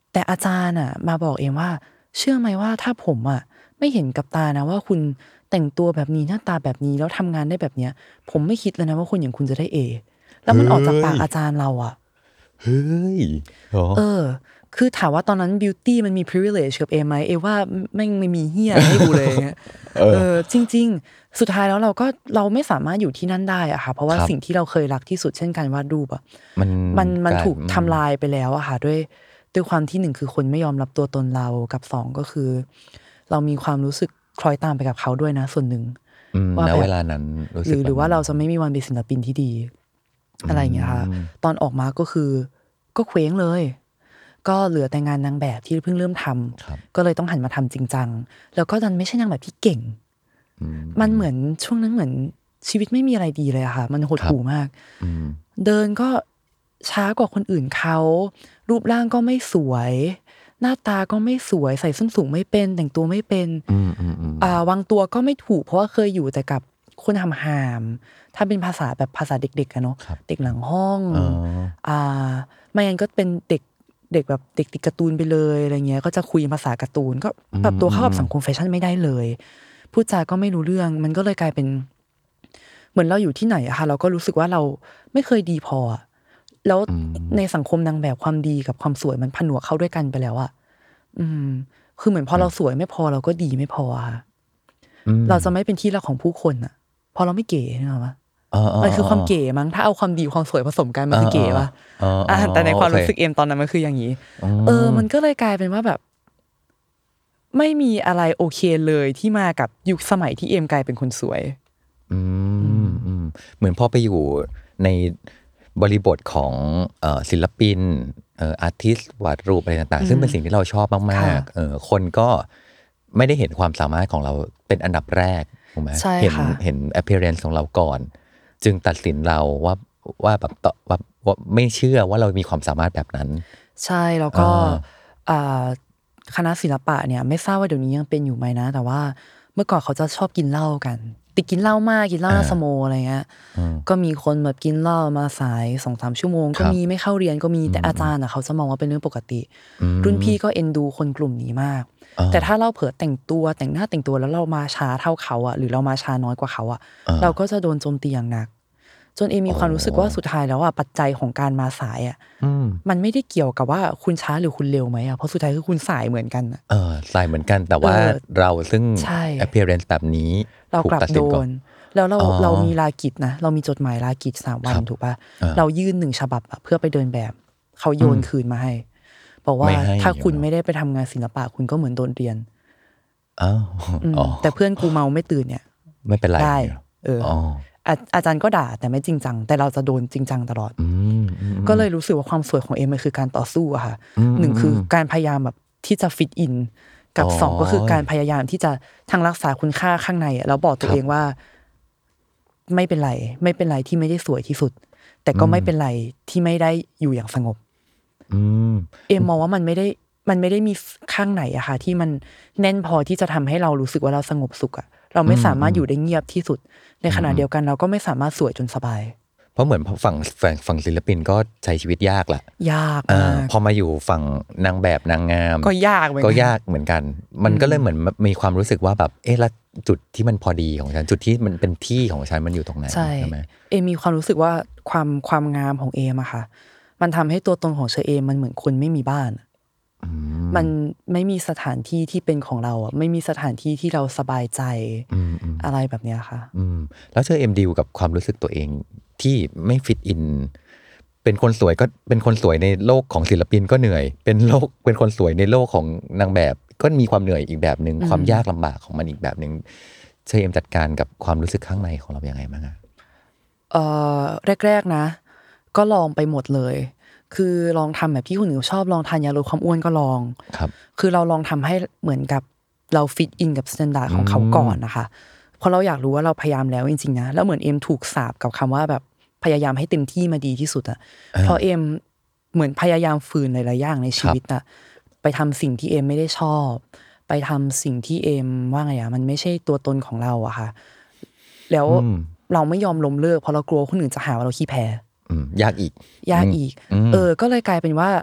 B: แต่อาจารย์อ่ะมาบอกเองว่าเชื่อไหมว่าถ้าผมอ่ะไม่เห็นกับตานะว่าคุณแต่งตัวแบบนี้หน้าตาแบบนี้แล้วทำงานได้แบบเนี้ยผมไม่คิดเลยนะว่าคนอย่างคุณจะได้เอแล้วมันออกจากปากอาจารย์เราอ่ะ
D: เฮ้ย
B: เออคือถามว่าตอนนั้นบิวตี้มันมี privilege กับเอไหมเอว่าแม่งไม่มีเหี้ยให้กูเลยเออจริงๆสุดท้ายแล้วเราก็เราไม่สามารถอยู่ที่นั่นได้อะค่ะเพราะว่าสิ่งที่เราเคยรักที่สุดเช่นการวาดรูปอ่ะ
D: มัน
B: มันมันถูกทำลายไปแล้วอะค่ะด้วยด้วยความที่หนึ่งคือคนไม่ยอมรับตัวตนเรากับสองก็คือเรามีความรู้สึกคล้อยตามไปกับเขาด้วยนะส่วนหนึ่ง
D: ว่าแบบเวลานั้น
B: หรือหรือว่าเราจะไม่มีวันเป็นศิลปินที่ดีอะไรอย่างเงี้ยค่ะตอนออกมาก็คือก็เคว้งเลยก็เหลือแต่งานนางแบบที่เพิ่งเริ่มทำก็เลยต้องหันมาทำจริงจังแล้วก็ดันไม่ใช่นางแบบที่เก่งมันเหมือนช่วงนั้นเหมือนชีวิตไม่มีอะไรดีเลยอะค่ะมันหดหู่มากเดินก็ช้ากว่าคนอื่นเขารูปร่างก็ไม่สวยหน้าตาก็ไม่สวยใส่ส้นสูงไม่เป็นแต่งตัวไม่เป็นอ่าวางตัวก็ไม่ถูกเพราะว่าเคยอยู่แต่กับคนหำหามถ้าเป็นภาษาแบบภาษาเด็กๆอะเนาะเด็กหลังห้องอ่าไม่งั้นก็เป็นเด็กเด็กแบบเด็กติดการ์ตูนไปเลยอะไรเงี้ยก็จะคุยภาษาการ์ตูนก็ปรับตัวเข้ากับสังคมแฟชั่นไม่ได้เลยพูดจาก็ไม่รู้เรื่องมันก็เลยกลายเป็นเหมือนเราอยู่ที่ไหนอะค่ะเราก็รู้สึกว่าเราไม่เคยดีพอแล้วในสังคมนางแบบความดีกับความสวยมันผนวกเข้าด้วยกันไปแล้วอะอืมคือเหมือนพอเราสวยไม่พอเราก็ดีไม่พอค่ะเราจะไม่เป็นที่รักของผู้คนอะพอเราไม่เก๋นี่หรอวะมันคือความเก๋มั้งถ้าเอาความดีความสวยผสมกันมันคือเก๋ป่ะอ่าแต่ในความรู้สึกเอมตอนนั้นมันคืออย่างนี้เออมันก็เลยกลายเป็นว่าแบบไม่มีอะไรโอเคเลยที่มากับยุคสมัยที่เอมกลายเป็นคนสวย
D: อืมอืมเหมือนพอไปอยู่ในบริบทของเอ่อศิลปินเอ่ออาร์ติสต์วาดรูปอะไรต่างๆซึ่งเป็นสิ่งที่เราชอบมากๆเออคนก็ไม่ได้เห็นความสามารถของเราเป็นอันดับแรกถูกไหมเห็นเห็น appearance ของเราก่อนจึงตัดสินเราว่าว่าแบบว่าว่าไม่เชื่อว่าเรามีความสามารถแบบนั้น
B: ใช่แล้วก็คณะศิลปะเนี่ยไม่ทราบว่าเดี๋ยวนี้ยังเป็นอยู่ไหมนะแต่ว่าเมื่อก่อนเขาจะชอบกินเหล้ากันติดกินเหล้ามากกินเหล้าหน้าสโมอะไรเงี้ยก็มีคนแบบกินเหล้ามาสาย สองถึงสาม ชั่วโมงก็มีไม่เข้าเรียนก็มีแต่อาจารย์อ่ะเขาจะมองว่าเป็นเรื่องปกติรุ่นพี่ก็เอ็นดูคนกลุ่มนี้มากแต่ถ้าเราเผลอแต่งตัวแต่งหน้าแต่งตัวแล้วเรามาช้าเท่าเขาอ่ะหรือเรามาช้าน้อยกว่าเขาอ่ะเราก็จะโดนโจมตีอย่างหนักจนเอมีความรู้สึกว่าสุดท้ายแล้วอ่ะปัจจัยของการมาสายอ่ะมันไม่ได้เกี่ยวกับว่าคุณช้าหรือคุณเร็วไหมอ่ะเพราะสุดท้ายคือคุณสายเหมือนกัน
D: เออสายเหมือนกันแต่ว่าเราซึ่ง appearance แบบนี้
B: เรากลับโดนแล้วเราเรามีลากิจนะเรามีจดหมายลากิจสามวันถูกป่ะเรายื่นหนึ่งฉบับเพื่อไปเดินแบบเขาโยนคืนมาให้บอกว่าถ้าคุณไม่ได้ไปทำงานศิลปะคุณก็เหมือนโดนเรียน
D: อ้าว
B: แต่เพื่อนกูเมาไม่ตื่นเนี่ย
D: ไม่เป็นไร
B: ได้เอออาจารย์ก็ด่าแต่ไม่จริงจังแต่เราจะโดนจริงจังตลอดก็เลยรู้สึกว่าความสวยของเอมมันคือการต่อสู้อะค่ะหนึ่งคือการพยายามแบบที่จะฟิตอินกับสองก็คือการพยายามที่จะทั้งรักษาคุณค่าข้างในแล้วบอกตัวเองว่าไม่เป็นไรไม่เป็นไรที่ไม่ได้สวยที่สุดแต่ก็ไม่เป็นไรที่ไม่ได้อยู่อย่างสงบเอมมองว่ามันไม่ได้มันไม่ได้มีข้างไหนอะค่ะที่มันแน่นพอที่จะทำให้เรารู้สึกว่าเราสงบสุขอะเราไม่สามารถอยู่ได้เงียบที่สุดในขณะเดียวกันเราก็ไม่สามารถสวยจนสบาย
D: เพราะเหมือนฝั่งฝั่งฝั่งศิลปินก็ใช้ชีวิตยากแหละ
B: ยาก
D: มากพอมาอยู่ฝั่งนางแบบนางงาม
B: ก็ยากเหมือน
D: ก็ยากเหมือนกันมันก็เลยเหมือนมีความรู้สึกว่าแบบเอ๊ะแล้วจุดที่มันพอดีของฉันจุดที่มันเป็นที่ของฉันมันอยู่ตรงไหน
B: ใช่ไหมเอมีความรู้สึกว่าความความงามของเอมอะค่ะมันทำให้ตัวตนของเชอเอมมันเหมือนคนไม่มีบ้านมันไม่มีสถานที่ที่เป็นของเราอ่ะไม่มีสถานที่ที่เราสบายใจอะไรแบบเนี้ยค่ะ
D: แล้วเชอเอ็มดิวกับความรู้สึกตัวเองที่ไม่ฟิตอินเป็นคนสวยก็เป็นคนสวยในโลกของศิลปินก็เหนื่อยเป็นโลกเป็นคนสวยในโลกของนางแบบก็มีความเหนื่อยอีกแบบนึงความยากลำบากของมันอีกแบบนึงเชอเอ็มจัดการกับความรู้สึกข้างในของเราอย่างไรบ้างอ่ะ
B: เอ่อแรกๆนะก็ลองไปหมดเลยคือลองทำแบบที่คนอื่นชอบลองทานยาลดความอ้วนก็ลอง
D: ครับ
B: คือเราลองทำให้เหมือนกับเราฟิตอินกับสแตนดาร์ดของเขาก่อนนะคะเพราะเราอยากรู้ว่าเราพยายามแล้วจริงๆนะแล้วเหมือนเอ็มถูกสาปกับคำว่าแบบพยายามให้เต็มที่มาดีที่สุดอะเพราะเอ็มเหมือนพยายามฝืนหลายๆอย่างในชีวิตอะไปทำสิ่งที่เอ็มไม่ได้ชอบไปทำสิ่งที่เอ็มว่าไงอะมันไม่ใช่ตัวตนของเราอะค่ะแล้วเราไม่ยอมล้มเลิกเพราะเรากลัวคนอื่นจะหาว่าเราขี้แพ้
D: ยากอีก
B: ยากอีกเออก็เลยกลายเป็นว่า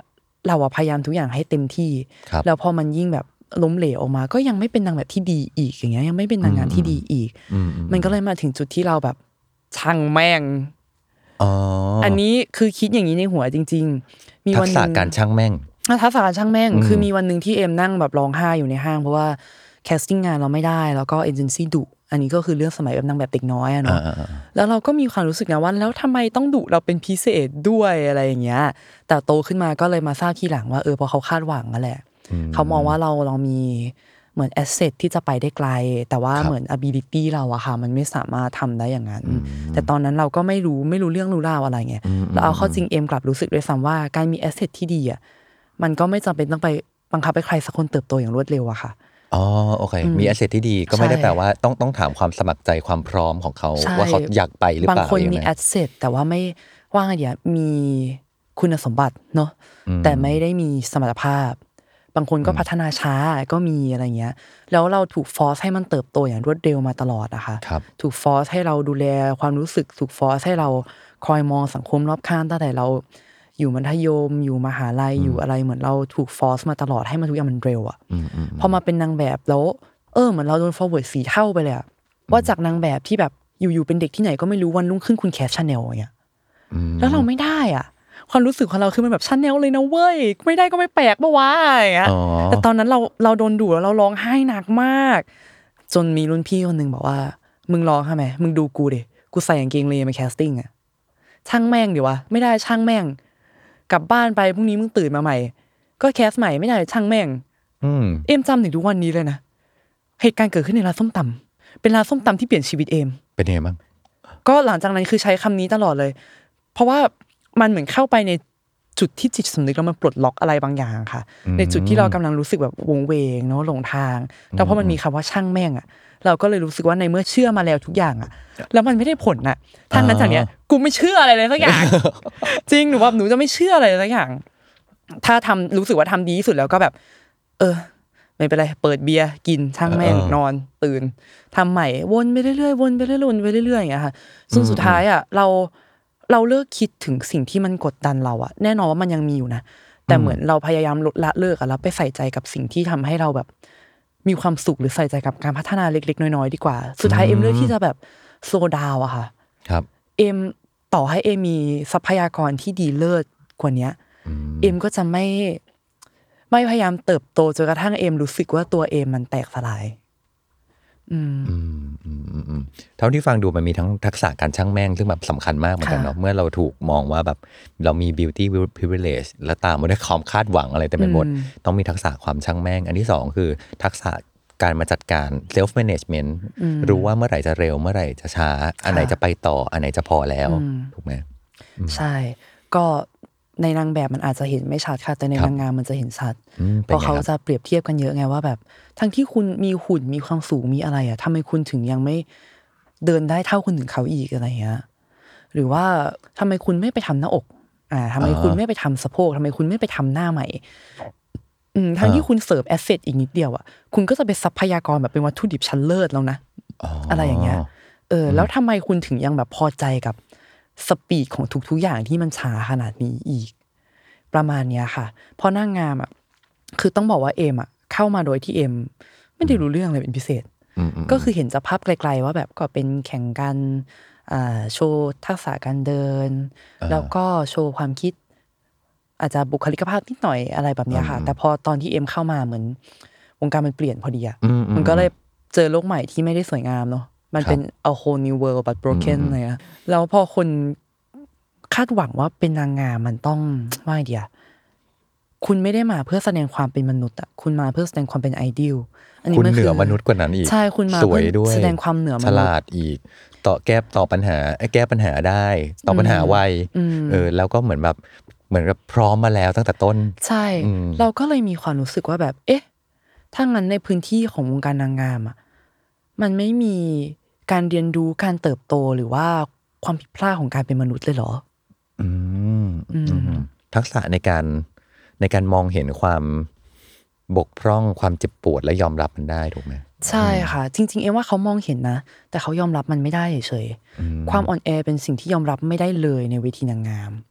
B: เราอะพยายามทุกอย่างให้เต็มที่แล้วพอมันยิ่งแบบล้มเหลวออกมาก็ยังไม่เป็นนางแบบที่ดีอีกอย่างเงี้ยยังไม่เป็นนางงามที่ดีอีกมันก็เลยมาถึงจุดที่เราแบบช่างแม่งอ๋ออันนี้คือคิดอย่างนี้ในหัวจริงๆมีวันนึงทักษะการช่างแม่งทักษะการช่างแม่งคือมีวันนึงที่เอ็มนั่งแบบร้องไห้อยู่ในห้างเพราะว่าแคสติ้งงานเราไม่ได้แล้วก็เอเจนซี่ดุอันนี้ก็คือเรื่องสมัยแบบนางแบบเด็กน้อยอะเนาะแล้วเราก็มีความรู้สึกนะว่าแล้วทำไมต้องดุเราเป็นพิเศษด้วยอะไรอย่างเงี้ยแต่โตขึ้นมาก็เลยมาทราบทีหลังว่าเออเพราะเขาคาดหวังนั่นแหละเขามองว่าเราเรามีเหมือนแอสเซทที่จะไปได้ไกลแต่ว่าเหมือน ability เราอะค่ะมันไม่สามารถทำได้อย่างนั้นแต่ตอนนั้นเราก็ไม่รู้ไม่รู้เรื่องรู้ราวอะไรไงแล้วเอาเข้าจริงเอ็มกลับรู้สึกด้วยซ้ำว่าการมีแอสเซทที่ดีอะมันก็ไม่จำเป็นต้องไปบังคับให้ใครสักคนเติบโตอย่างรวดเร็วอะค่ะ
D: อ๋อโอเคมีแอสเซทที่ดีก็ไม่ได้แปลว่าต้องต้องถามความสมัครใจความพร้อมของเขาว่าเขาอยากไปหรือเปล่า
B: บางคนมีแอสเซทแต่ว่าไม่ว่าไงเดี๋ยวมีคุณสมบัติเนาะแต่ไม่ได้มีสมรรถภาพบางคนก็พัฒนาช้าก็มีอะไรเงี้ยแล้วเราถูกฟอร์สให้มันเติบโตอย่างรวดเร็วมาตลอดนะคะถูกฟอร์สให้เราดูแลความรู้สึกถูกฟอร์สให้เราคอยมองสังคมรอบข้างตั้งแต่เราอยู่มัธยมอยู่มหาลัยอยู่อะไรเหมือนเราถูกฟอร์สมาตลอดให้มันทุกอย่างมันเร็วอ่ะพอมาเป็นนางแบบแล้วเออเหมือนเราโดนฟอร์เวิร์ดสี่เท่าไปเลยอะว่าจากนางแบบที่แบบอยู่ๆเป็นเด็กที่ไหนก็ไม่รู้วันรุ่งขึ้นคุณแคสชาแนลอย่างเงี้ยแล้วเราไม่ได้อ่ะความรู้สึกของเราคือมันแบบชาแนลเลยนะเว้ยไม่ได้ก็ไม่แปลกปะวะอย่างเงี้ยแต่ตอนนั้นเราเราโดนดุแล้วเราร้องไห้หนักมากจนมีรุ่นพี่คนนึงบอกว่ามึงร้องทำไมมึงดูกูดิกูใส่กางเกงเลมาแคสติ้งอ่ะช่างแม่งดิวะไม่ได้ช่างแม่งกลับบ้านไปพรุ่งนี้มึงตื่นมาใหม่ก็แคสใหม่ไม่ได้ช่างแม่งเอ็มจำถึงทุกวันนี้เลยนะเหตุการณ์เกิดขึ้นในร้านส้มตำเป็นร้านส้มตำที่เปลี่ยนชีวิตเอ็ม
D: เป็นยังไงบ้าง
B: ก็หลังจากนั้นคือใช้คำนี้ตลอดเลยเพราะว่ามันเหมือนเข้าไปในจุดที่จิตสำนึกแล้วมันปลดล็อกอะไรบางอย่างค่ะในจุดที่เรากำลังรู้สึกแบบวงเวงเนาะหลงทางแต่พอมันมีคำว่าช่างแม่งอ่ะเราก็เลยรู้สึกว่าในเมื่อเชื่อมาแล้วทุกอย่างอ่ะแล้วมันไม่ได้ผลน่ะท่านนั้นจากเนี้ยกูไม่เชื่ออะไรเลยสักอย่างจริงหนูว่าหนูจะไม่เชื่ออะไรเลยสักอย่างถ้าทำรู้สึกว่าทำดีที่สุดแล้วก็แบบเออไม่เป็นไรเปิดเบียร์กินช่างแม่งนอนตื่นทำใหม่วนไปเรื่อยๆวนไปเรื่อยๆวนไปเรื่อยๆอย่างเงี้ยค่ะจนสุดท้ายอ่ะเราเราเลิกคิดถึงสิ่งที่มันกดดันเราอะแน่นอนว่ามันยังมีอยู่นะแต่เหมือนเราพยายามลดละเลิกอะแล้วไปใส่ใจกับสิ่งที่ทำให้เราแบบมีความสุขหรือใส่ใจกับการพัฒนาเล็กๆน้อยๆดีกว่าสุดท้ายเอ็มเลือกที่จะแบบโซดาวอะค่ะครับเอ็มต่อให้เอ็มมีทรัพยากรที่ดีเลิศกว่านี้เอ็มก็จะไม่ไม่พยายามเติบโตจนกระทั่งเอ็มรู้สึกว่าตัวเอ็มมันแตกสลายอืมอืม
D: อืมอืมเท่าที่ฟังดูมันมีทั้งทักษะการช่างแม่งซึ่งแบบสำคัญมากเหมือนกันเนาะเมื่อเราถูกมองว่าแบบเรามี beauty privilege และตามมาด้วยความคาดหวังอะไรเต็มไปหมดต้องมีทักษะความช่างแม่งอันที่สองคือทักษะการมาจัดการ self management รู้ว่าเมื่อไหร่จะเร็วเมื่อไหร่จะช้าอันไหนจะไปต่ออันไหนจะพอแล้วถูกไหม
B: ใช่ก็ในนางแบบมันอาจจะเห็นไม่ชัดค่ะแต่ในนางงามมันจะเห็นชัดเพราะเขาจะเปรียบเทียบกันเยอะไงว่าแบบทั้งที่คุณมีหุ่นมีความสูงมีอะไรอ่ะทำไมคุณถึงยังไม่เดินได้เท่าคนถึงเขาอีกอะไรเงี้ยหรือว่าทำไมคุณไม่ไปทำหน้าอกอ่าทำไมคุณไม่ไปทำสะโพกทำไมคุณไม่ไปทำหน้าใหม่อืมทั้งที่คุณเสิร์ฟแอสเซทอีกนิดเดียวอ่ะคุณก็จะเป็นทรัพยากรแบบเป็นวัตถุดิบชั้นเลิศแล้วนะอะไรอย่างเงี้ยเออแล้วทำไมคุณถึงยังแบบพอใจกับสปีดของทุกๆอย่างที่มันช้าขนาดนี้อีกประมาณเนี้ยค่ะเพราะนางงามอ่ะคือต้องบอกว่าเอมอ่ะเข้ามาโดยที่เอมไม่ได้รู้เรื่องอะไรเป็นพิเศษก็คือเห็นจากภาพไกลๆว่าแบบก็เป็นแข่งกันอ่าโชว์ทักษะการเดินแล้วก็โชว์ความคิดอาจจะบุคลิกภาพนิดหน่อยอะไรแบบนี้ค่ะแต่พอตอนที่เอมเข้ามาเหมือนวงการมันเปลี่ยนพอดีอ่ะมันก็เลยเจอโลกใหม่ที่ไม่ได้สวยงามเนาะมันเป็น a whole new world but broken เลยอะแล้วพอคนคาดหวังว่าเป็นนางงามมันต้องว่าไงดีอะคุณไม่ได้มาเพื่อแสดงความเป็นมนุษย์อะคุณมาเพื่อแสดงความเป็นไอดอล
D: อันนี้มันเหนือมนุษย์กว่านั้นอีก
B: ใช่คุณมาเพื่อแสดงความเหนือมนุษย์
D: ฉลาดอีกต่อแก้ต่อปัญหาแก้ปัญหาได้ต่อปัญหาไวเออแล้วก็เหมือนแบบเหมือนกับพร้อมมาแล้วตั้งแต่ต้น
B: ใช่เราก็เลยมีความรู้สึกว่าแบบเอ๊ะถ้างั้นในพื้นที่ของวงการนางงามอะมันไม่มีการเรียนรู้การเติบโตหรือว่าความผิดพลาดของการเป็นมนุษย์เลยเหรออื
D: มทักษะในการในการมองเห็นความบกพร่องความเจ็บปวดและยอมรับมันได้ถูกไหม
B: ใช่ค่ะจริงๆเอ็มว่าเขามองเห็นนะแต่เขายอมรับมันไม่ได้เฉยๆความอ่อนแอเป็นสิ่งที่ยอมรับไม่ได้เลยในเวทีนางงาม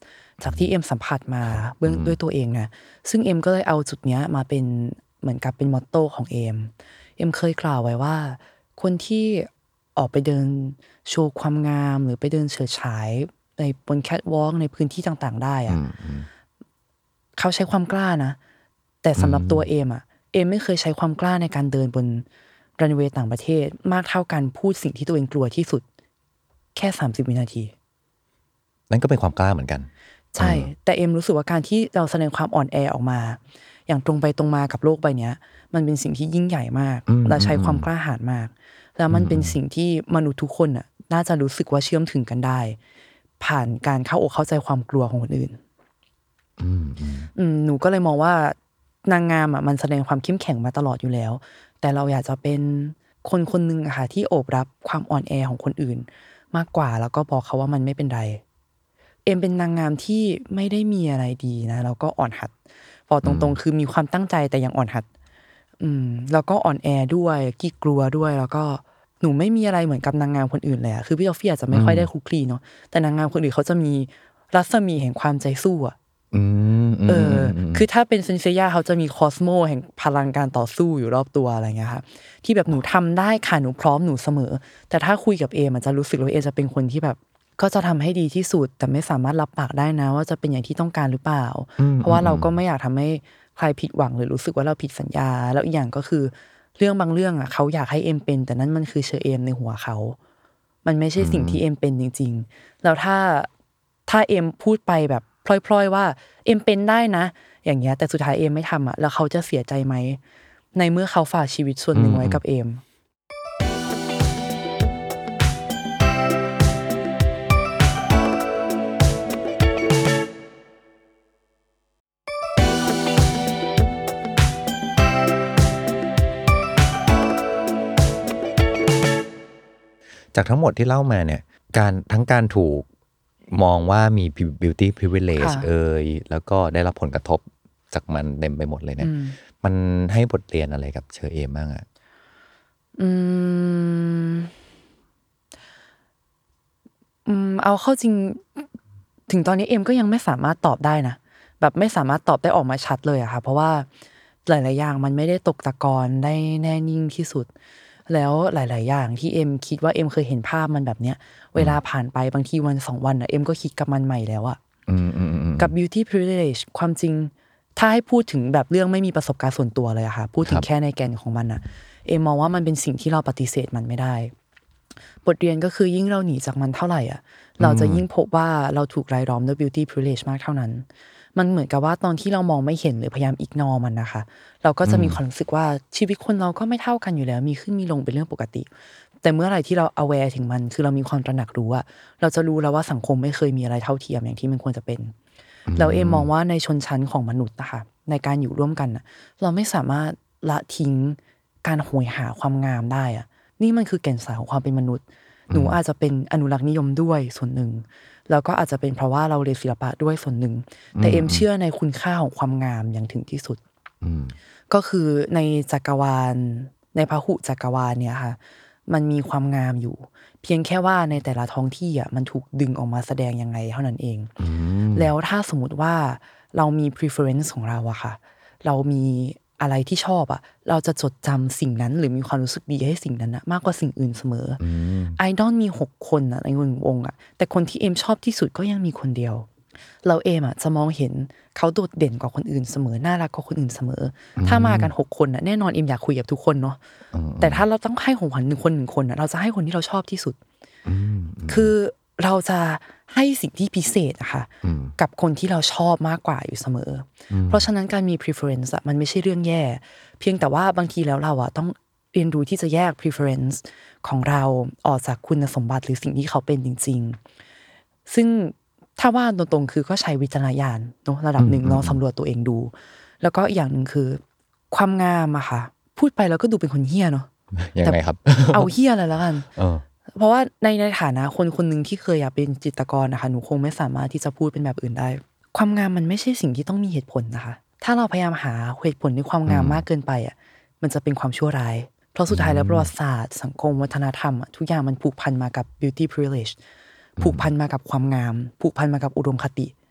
B: จากที่เอ็มสัมผัสมาเบื้องด้วยตัวเองนะซึ่งเอ็มก็เลยเอาจุดเนี้ยมาเป็นเหมือนกับเป็นมอตโต้ของเอ็มเอ็มเคยกล่าวไว้ว่าคนที่ออกไปเดินโชว์ความงามหรือไปเดินเฉิดฉายในบนแคทวอล์กในพื้นที่ต่างๆได้อะเขาใช้ความกล้านะแต่สำหรับตัวเอ็มอ่ะเอ็มไม่เคยใช้ความกล้าในการเดินบนรันเวย์ต่างประเทศมากเท่ากันพูดสิ่งที่ตัวเองกลัวที่สุดแค่สามสิบวินาที
D: นั่นก็เป็นความกล้าเหมือนกัน
B: ใช่แต่เอ็มรู้สึกว่าการที่เราแสดงความอ่อนแอออกมาอย่างตรงไปตรงมากับโลกใบนี้มันเป็นสิ่งที่ยิ่งใหญ่มากและใช้ความกล้าหาญมากแล้วมันเป็นสิ่งที่มนุษย์ทุกคนน่ะน่าจะรู้สึกว่าเชื่อมถึงกันได้ผ่านการเข้าอกเข้าใจความกลัวของคนอื่นอืมหนูก็เลยมองว่านางงามอ่ะมันแสดงความเข้มแข็งมาตลอดอยู่แล้วแต่เราอยากจะเป็นคนคนนึงอะค่ะที่โอบรับความอ่อนแอของคนอื่นมากกว่าแล้วก็บอกเขาว่ามันไม่เป็นไรเอ็มเป็นนางงามที่ไม่ได้มีอะไรดีนะแล้วก็อ่อนหัดพอตรงๆคือมีความตั้งใจแต่ยังอ่อนหัดอืมแล้วก็อ่อนแอด้วยขี้กลัวด้วยแล้วก็หนูไม่มีอะไรเหมือนกับนางงามคนอื่นเลยอะคือพี่ออฟฟี่อาจจะไม่ค่อยได้คลุกคลีเนาะแต่นางงามคนอื่นเขาจะมีรัศมีแห่งความใจสู้อะเออคือถ้าเป็นเซนเซียเขาจะมีคอสโมแห่งพลังการต่อสู้อยู่รอบตัวอะไรเงี้ยค่ะที่แบบหนูทำได้ค่ะหนูพร้อมหนูเสมอแต่ถ้าคุยกับเอมันจะรู้สึกว่าเอจะเป็นคนที่แบบก็จะทำให้ดีที่สุดแต่ไม่สามารถรับปากได้นะว่าจะเป็นอย่างที่ต้องการหรือเปล่าเพราะว่าเราก็ไม่อยากทำให้ใครผิดหวังหรือรู้สึกว่าเราผิดสัญญาแล้วอีกอย่างก็คือเรื่องบางเรื่องอ่ะเขาอยากให้เอ็มเป็นแต่นั่นมันคือเชอเอมในหัวเขามันไม่ใช่สิ่งที่เอ็มเป็นจริงๆแล้วถ้าถ้าเอ็มพูดไปแบบพลอยๆว่าเอ็มเป็นได้นะอย่างเงี้ยแต่สุดท้ายเอ็มไม่ทำอ่ะแล้วเขาจะเสียใจไหมในเมื่อเขาฝากชีวิตส่วนหนึ่งไว้กับเอ็ม
D: จากทั้งหมดที่เล่ามาเนี่ยการทั้งการถูกมองว่ามี beauty privilege เอ่ยแล้วก็ได้รับผลกระทบจากมันเต็มไปหมดเลยเนี่ยมันให้บทเรียนอะไรกับเชอเอมบ้างอ่ะ
B: อืมอืมเอาเข้าจริงถึงตอนนี้เอ็มก็ยังไม่สามารถตอบได้นะแบบไม่สามารถตอบได้ออกมาชัดเลยอะค่ะเพราะว่าหลายๆอย่างมันไม่ได้ตกตะกอนได้แน่นิ่งที่สุดแล้วหลายๆอย่างที่เอ็มคิดว่าเอ็มเคยเห็นภาพมันแบบเนี้ยเวลาผ่านไปบางทีวันสองวันอ่ะเอ็มก็คิดกับมันใหม่แล้วอ่ะกับ beauty privilege ความจริงถ้าให้พูดถึงแบบเรื่องไม่มีประสบการณ์ส่วนตัวเลยอะค่ะพูดถึงแค่ในแกนของมันอ่ะเอ็มมองว่ามันเป็นสิ่งที่เราปฏิเสธมันไม่ได้บทเรียนก็คือยิ่งเราหนีจากมันเท่าไหร่อ่ะเราจะยิ่งพบว่าเราถูกรายล้อมด้วย beauty privilege มากเท่านั้นมันเหมือนกับว่าตอนที่เรามองไม่เห็นหรือพยายามอิกนอร์มันนะคะเราก็จะมีความรู้สึกว่าชีวิตคนเราก็ไม่เท่ากันอยู่แล้วมีขึ้นมีลงเป็นเรื่องปกติแต่เมื่อไหร่ที่เรา aware ถึงมันคือเรามีความตระหนักรู้อะเราจะรู้แล้วว่าสังคมไม่เคยมีอะไรเท่าเทียมอย่างที่มันควรจะเป็นแล้วเอมมองว่าในชนชั้นของมนุษย์นะคะในการอยู่ร่วมกันนะเราไม่สามารถละทิ้งการโหยหาความงามได้อะนี่มันคือแก่นสารของความเป็นมนุษย์หนูอาจจะเป็นอนุรักษ์นิยมด้วยส่วนหนึ่งแล้วก็อาจจะเป็นเพราะว่าเราเรียนศิลปะด้วยส่วนหนึ่งแต่เอ็มเชื่อในคุณค่าของความงามอย่างถึงที่สุดก็คือในจักรวาลในพหุจักรวาลเนี่ยค่ะมันมีความงามอยู่เพียงแค่ว่าในแต่ละท้องที่อ่ะมันถูกดึงออกมาแสดงยังไงเท่านั้นเองแล้วถ้าสมมติว่าเรามี preference ของเราอะค่ะเรามีอะไรที่ชอบอ่ะเราจะจดจำสิ่งนั้นหรือมีความรู้สึกดีให้สิ่งนั้นนะมากกว่าสิ่งอื่นเสมอไอดอลมีหกคนอ่ะในวงวงอ่ะแต่คนที่เอมชอบที่สุดก็ยังมีคนเดียวเราเอมอ่ะจะมองเห็นเขาโดดเด่นกว่าคนอื่นเสมอน่ารักกว่าคนอื่นเสมอถ้ามากันหกคนอ่ะแน่นอนเอมอยากคุยกับทุกคนเนาะแต่ถ้าเราต้องให้ของขวัญหนึ่งคนหนึ่งคนอ่ะเราจะให้คนที่เราชอบที่สุดคือเราจะให้สิ่งที่พิเศษอะค่ะกับคนที่เราชอบมากกว่าอยู่เสมอเพราะฉะนั้นการมี preference อะมันไม่ใช่เรื่องแย่เพียงแต่ว่าบางทีแล้วเราอะต้องเรียนรู้ที่จะแยก preference ของเราออกจากคุณสมบัติหรือสิ่งที่เขาเป็นจริงๆซึ่งถ้าว่าตรงๆคือก็ใช้วิจารณญาณเนาะระดับหนึ่งลองสำรวจตัวเองดูแล้วก็อีกอย่างนึงคือความงามอะค่ะพูดไปแล้วก็ดูเป็นคนเหี้ยเนาะ
D: ยังไงครับ
B: เอาเหี้ยเลยแล้วกันเพราะว่าในในฐานะคนคนนึงที่เคยอยากเป็นจิตรกรนะคะหนูคงไม่สามารถที่จะพูดเป็นแบบอื่นได้ความงามมันไม่ใช่สิ่งที่ต้องมีเหตุผลนะคะถ้าเราพยายามหาเหตุผลในความงามมากเกินไปอ่ะมันจะเป็นความชั่วร้ายเพราะสุดท้ายแล้วประวัติศาสตร์สังคมวัฒนธรรมทุกอย่างมันผูกพันมากับ beauty privilege ผูกพันมากับความงามผูกพันมากับอุดมคติ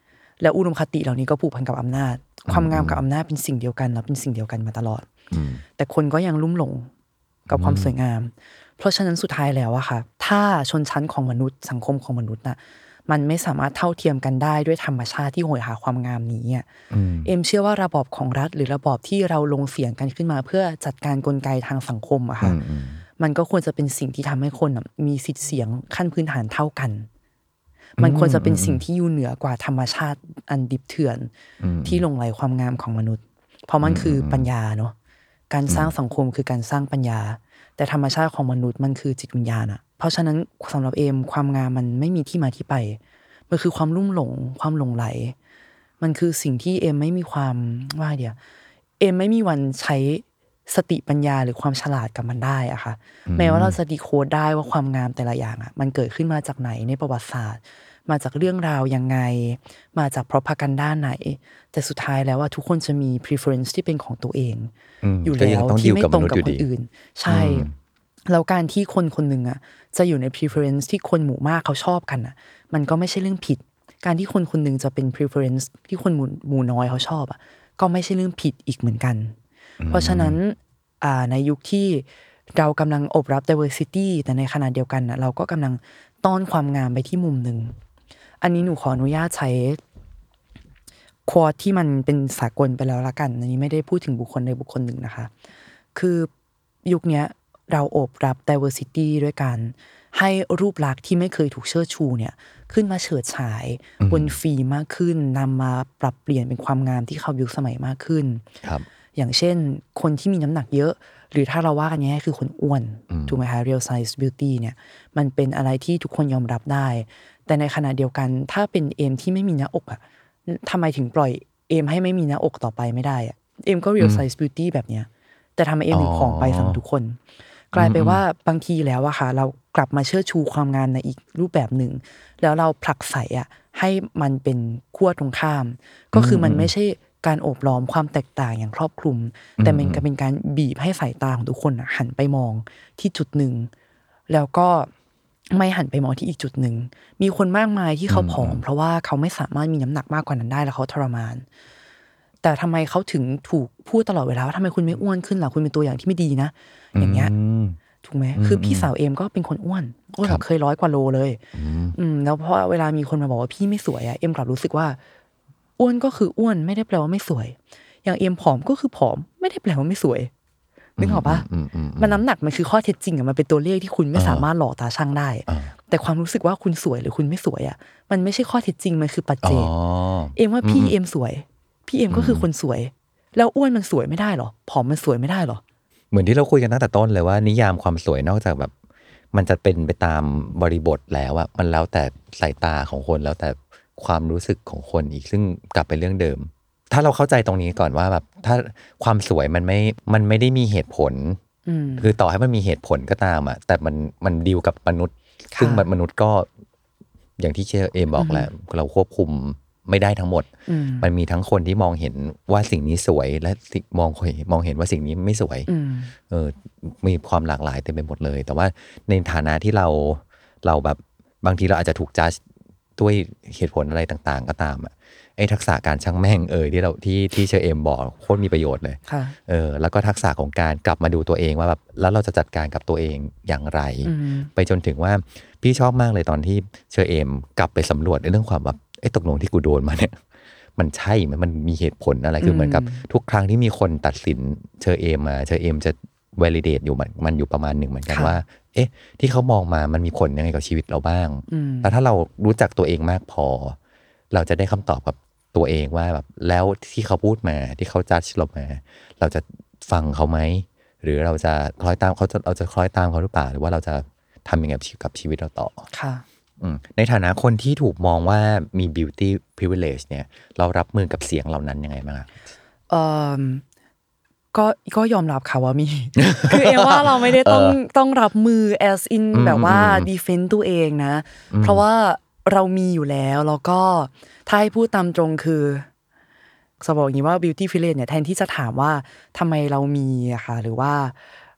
B: แล้วอุดมคติเหล่านี้ก็ผูกพันกับอำนาจความงามกับอำนาจเป็นสิ่งเดียวกันแล้วเป็นสิ่งเดียวกันมาตลอดแต่คนก็ยังลุ่มหลงกับความสวยงามเพราะฉะนั้นสุดท้ายแล้วอะค่ะถ้าชนชั้นของมนุษย์สังคมของมนุษย์น่ะมันไม่สามารถเท่าเทียมกันได้ด้วยธรรมชาติที่โหยหาความงามนี้อ่ะเอ็มเชื่อว่าระบอบของรัฐหรือระบอบที่เราลงเสียงกันขึ้นมาเพื่อจัดการกลไกทางสังคมอะค่ะมันก็ควรจะเป็นสิ่งที่ทำให้คนมีสิทธิเสียงขั้นพื้นฐานเท่ากันมันควรจะเป็นสิ่งที่อยู่เหนือกว่าธรรมชาติอันดิบเถื่อนที่หลงไหลความงามของมนุษย์เพราะมันคือปัญญาเนาะการสร้างสังคมคือการสร้างปัญญาแต่ธรรมชาติของมนุษย์มันคือจิตวิญญาณอะเพราะฉะนั้นสำหรับเอมความงามมันไม่มีที่มาที่ไปมันคือความลุ่มหลงความหลงไหลมันคือสิ่งที่เอมไม่มีความว่าเดียวเอมไม่มีวันใช้สติปัญญาหรือความฉลาดกับมันได้อะค่ะแม้ว่าเราจะดีโคดได้ว่าความงามแต่ละอย่างอะมันเกิดขึ้นมาจากไหนในประวัติศาสตร์มาจากเรื่องราวยังไงมาจาก propaganda ไหนแต่สุดท้ายแล้วว่าทุกคนจะมี preference ที่เป็นของตัวเองอยู่แล้วที่ไม่ตรงกับคนอื่นใช่แล้วการที่คนคนหนึ่งอ่ะจะอยู่ใน preference ที่คนหมู่มากเขาชอบกันอ่ะมันก็ไม่ใช่เรื่องผิดการที่คนคนหนึ่งจะเป็น preference ที่คนหมู่หมู่น้อยเขาชอบอ่ะก็ไม่ใช่เรื่องผิดอีกเหมือนกันเพราะฉะนั้นอ่าในยุคที่เรากำลังอบรับ diversity แต่ในขณะเดียวกันน่ะเราก็กำลังต้อนความงามไปที่มุมนึงอันนี้หนูขออนุญาตใช้ควอตที่มันเป็นสากลไปแล้วละกันอันนี้ไม่ได้พูดถึงบุคคลใดบุคคลหนึ่งนะคะคือยุคนี้เราโอบรับ diversity ด้วยการให้รูปลักษณ์ที่ไม่เคยถูกเชิดชูเนี่ยขึ้นมาเฉิดฉายบนฟิล์มมากขึ้นนำมาปรับเปลี่ยนเป็นความงามที่เข้ายุคสมัยมากขึ้นครับอย่างเช่นคนที่มีน้ำหนักเยอะหรือถ้าเราว่ากันง่ายๆคือคนอ้วนถูกไหมคะ real size beauty เนี่ยมันเป็นอะไรที่ทุกคนยอมรับได้แต่ในขณะเดียวกันถ้าเป็นเอมที่ไม่มีหน้าอกอ่ะทำไมถึงปล่อยเอมให้ไม่มีหน้าอกต่อไปไม่ได้อ่ะเอมก็ real size beauty แบบเนี้ยแต่ทำไมเอมถึงผอมไปสำหรับทุกคนกลายไปว่าบางทีแล้วอะค่ะเรากลับมาเชิดชูความงามในอีกรูปแบบหนึ่งแล้วเราผลักไสอ่ะให้มันเป็นขั้วตรงข้ามก็คือมันไม่ใช่การโอบล้อมความแตกต่างอย่างครอบคลุมแต่มันก็เป็นการบีบให้สายตาของทุกคนหันไปมองที่จุดหนึ่งแล้วก็ไม่หันไปมองที่อีกจุดหนึ่งมีคนมากมายที่เขาผอมเพราะว่าเขาไม่สามารถมีน้ำหนักมากกว่านั้นได้แล้วเขาทรมานแต่ทำไมเขาถึงถูกพูดตลอดเวลาว่าทำไมคุณไม่อ้วนขึ้นล่ะคุณเป็นตัวอย่างที่ไม่ดีนะอย่างเงี้ยถูกไหมคือพี่สาวเอมก็เป็นคนอ้วนอ้วนเคยร้อยกว่าโลเลยอืมแล้วเพราะเวลามีคนมาบอกว่าพี่ไม่สวยอะเอมกลับรู้สึกว่าอ้วนก็คืออ้วนไม่ได้แปลว่าไม่สวยอย่างเอมผอมก็คือผอมไม่ได้แปลว่าไม่สวยนึกออกปะมันน้ำหนักมันคือข้อเท็จจริงอะมันเป็นตัวเลขที่คุณไม่สามารถหล่อตาช่างได้แต่ความรู้สึกว่าคุณสวยหรือคุณไม่สวยอะมันไม่ใช่ข้อเท็จจริงมันคือปัจเจกเอมว่าพี่เอมสวยพี่เอมก็คือคนสวยแล้วอ้วนมันสวยไม่ได้หรอผอมมันสวยไม่ได้หรอ
D: เหมือนที่เราคุยกันตั้งแต่ต้นเลยว่านิยามความสวยนอกจากแบบมันจะเป็นไปตามบริบทแล้วอะมันแล้วแต่สายตาของคนแล้วแต่ความรู้สึกของคนอีกซึ่งกลับไปเรื่องเดิมถ้าเราเข้าใจตรงนี้ก่อนว่าแบบถ้าความสวยมันไม่มันไม่ได้มีเหตุผลคือต่อให้มันมีเหตุผลก็ตามอะแต่มันมันดีลกับมนุษย์ซึ่งมนุษย์ก็อย่างที่เชอเอมบอกแหละเราควบคุมไม่ได้ทั้งหมดมันมีทั้งคนที่มองเห็นว่าสิ่งนี้สวยและมองมองเห็นว่าสิ่งนี้ไม่สวยเออมีความหลากหลายเต็มไปหมดเลยแต่ว่าในฐานะที่เราเราแบบบางทีเราอาจจะถูกจัดด้วยเหตุผลอะไรต่างๆก็ตามอ่ะไอ้ทักษะการช่างแม่งเออที่เราที่ที่เชอเอมบอกโคตรมีประโยชน์เลยเออแล้วก็ทักษะของการกลับมาดูตัวเองว่าแบบแล้วเราจะจัดการกับตัวเองอย่างไรไปจนถึงว่าพี่ชอบมากเลยตอนที่เชอเอมกลับไปสำรวจในเรื่องความแบบไอ้ตกลงที่กูโดนมาเนี่ยมันใช่มันมันมีเหตุผลอะไรคือเหมือนกับทุกครั้งที่มีคนตัดสินเชอเอมมาเชอเอมจะ validate อยู่มันมันอยู่ประมาณหนึ่งเหมือนกันว่าเอ๊ะที่เขามองมามันมีผลยังไงกับชีวิตเราบ้างแล้วถ้าเรารู้จักตัวเองมากพอเราจะได้คำตอบกับตัวเองว่าแบบแล้วที่เขาพูดมาที่เขาจัดเรามาเราจะฟังเขาไหมหรือเราจะคล้อยตามเขาจะเราจะคล้อยตามเขาหรือเปล่าหรือว่าเราจะทำยังไงกับชีวิตเราต่อค่ะในฐานะคนที่ถูกมองว่ามี beauty privilege เนี่ยเรารับมือกับเสียงเหล่านั้นยังไงบ้าง
B: เอ่อก็ก็ยอมรับค่ะว่ามี คือเอว่าเราไม่ได้ต้องต้องรับมือ as in แบบว่า defend ตัวเองนะเพราะว่าเรามีอยู่แล้วแล้วก็ถ้าให้พูดตามตรงคือจะบอกอย่างนี้ว่า beauty privilege เนี่ยแทนที่จะถามว่าทำไมเรามีอะค่ะหรือว่า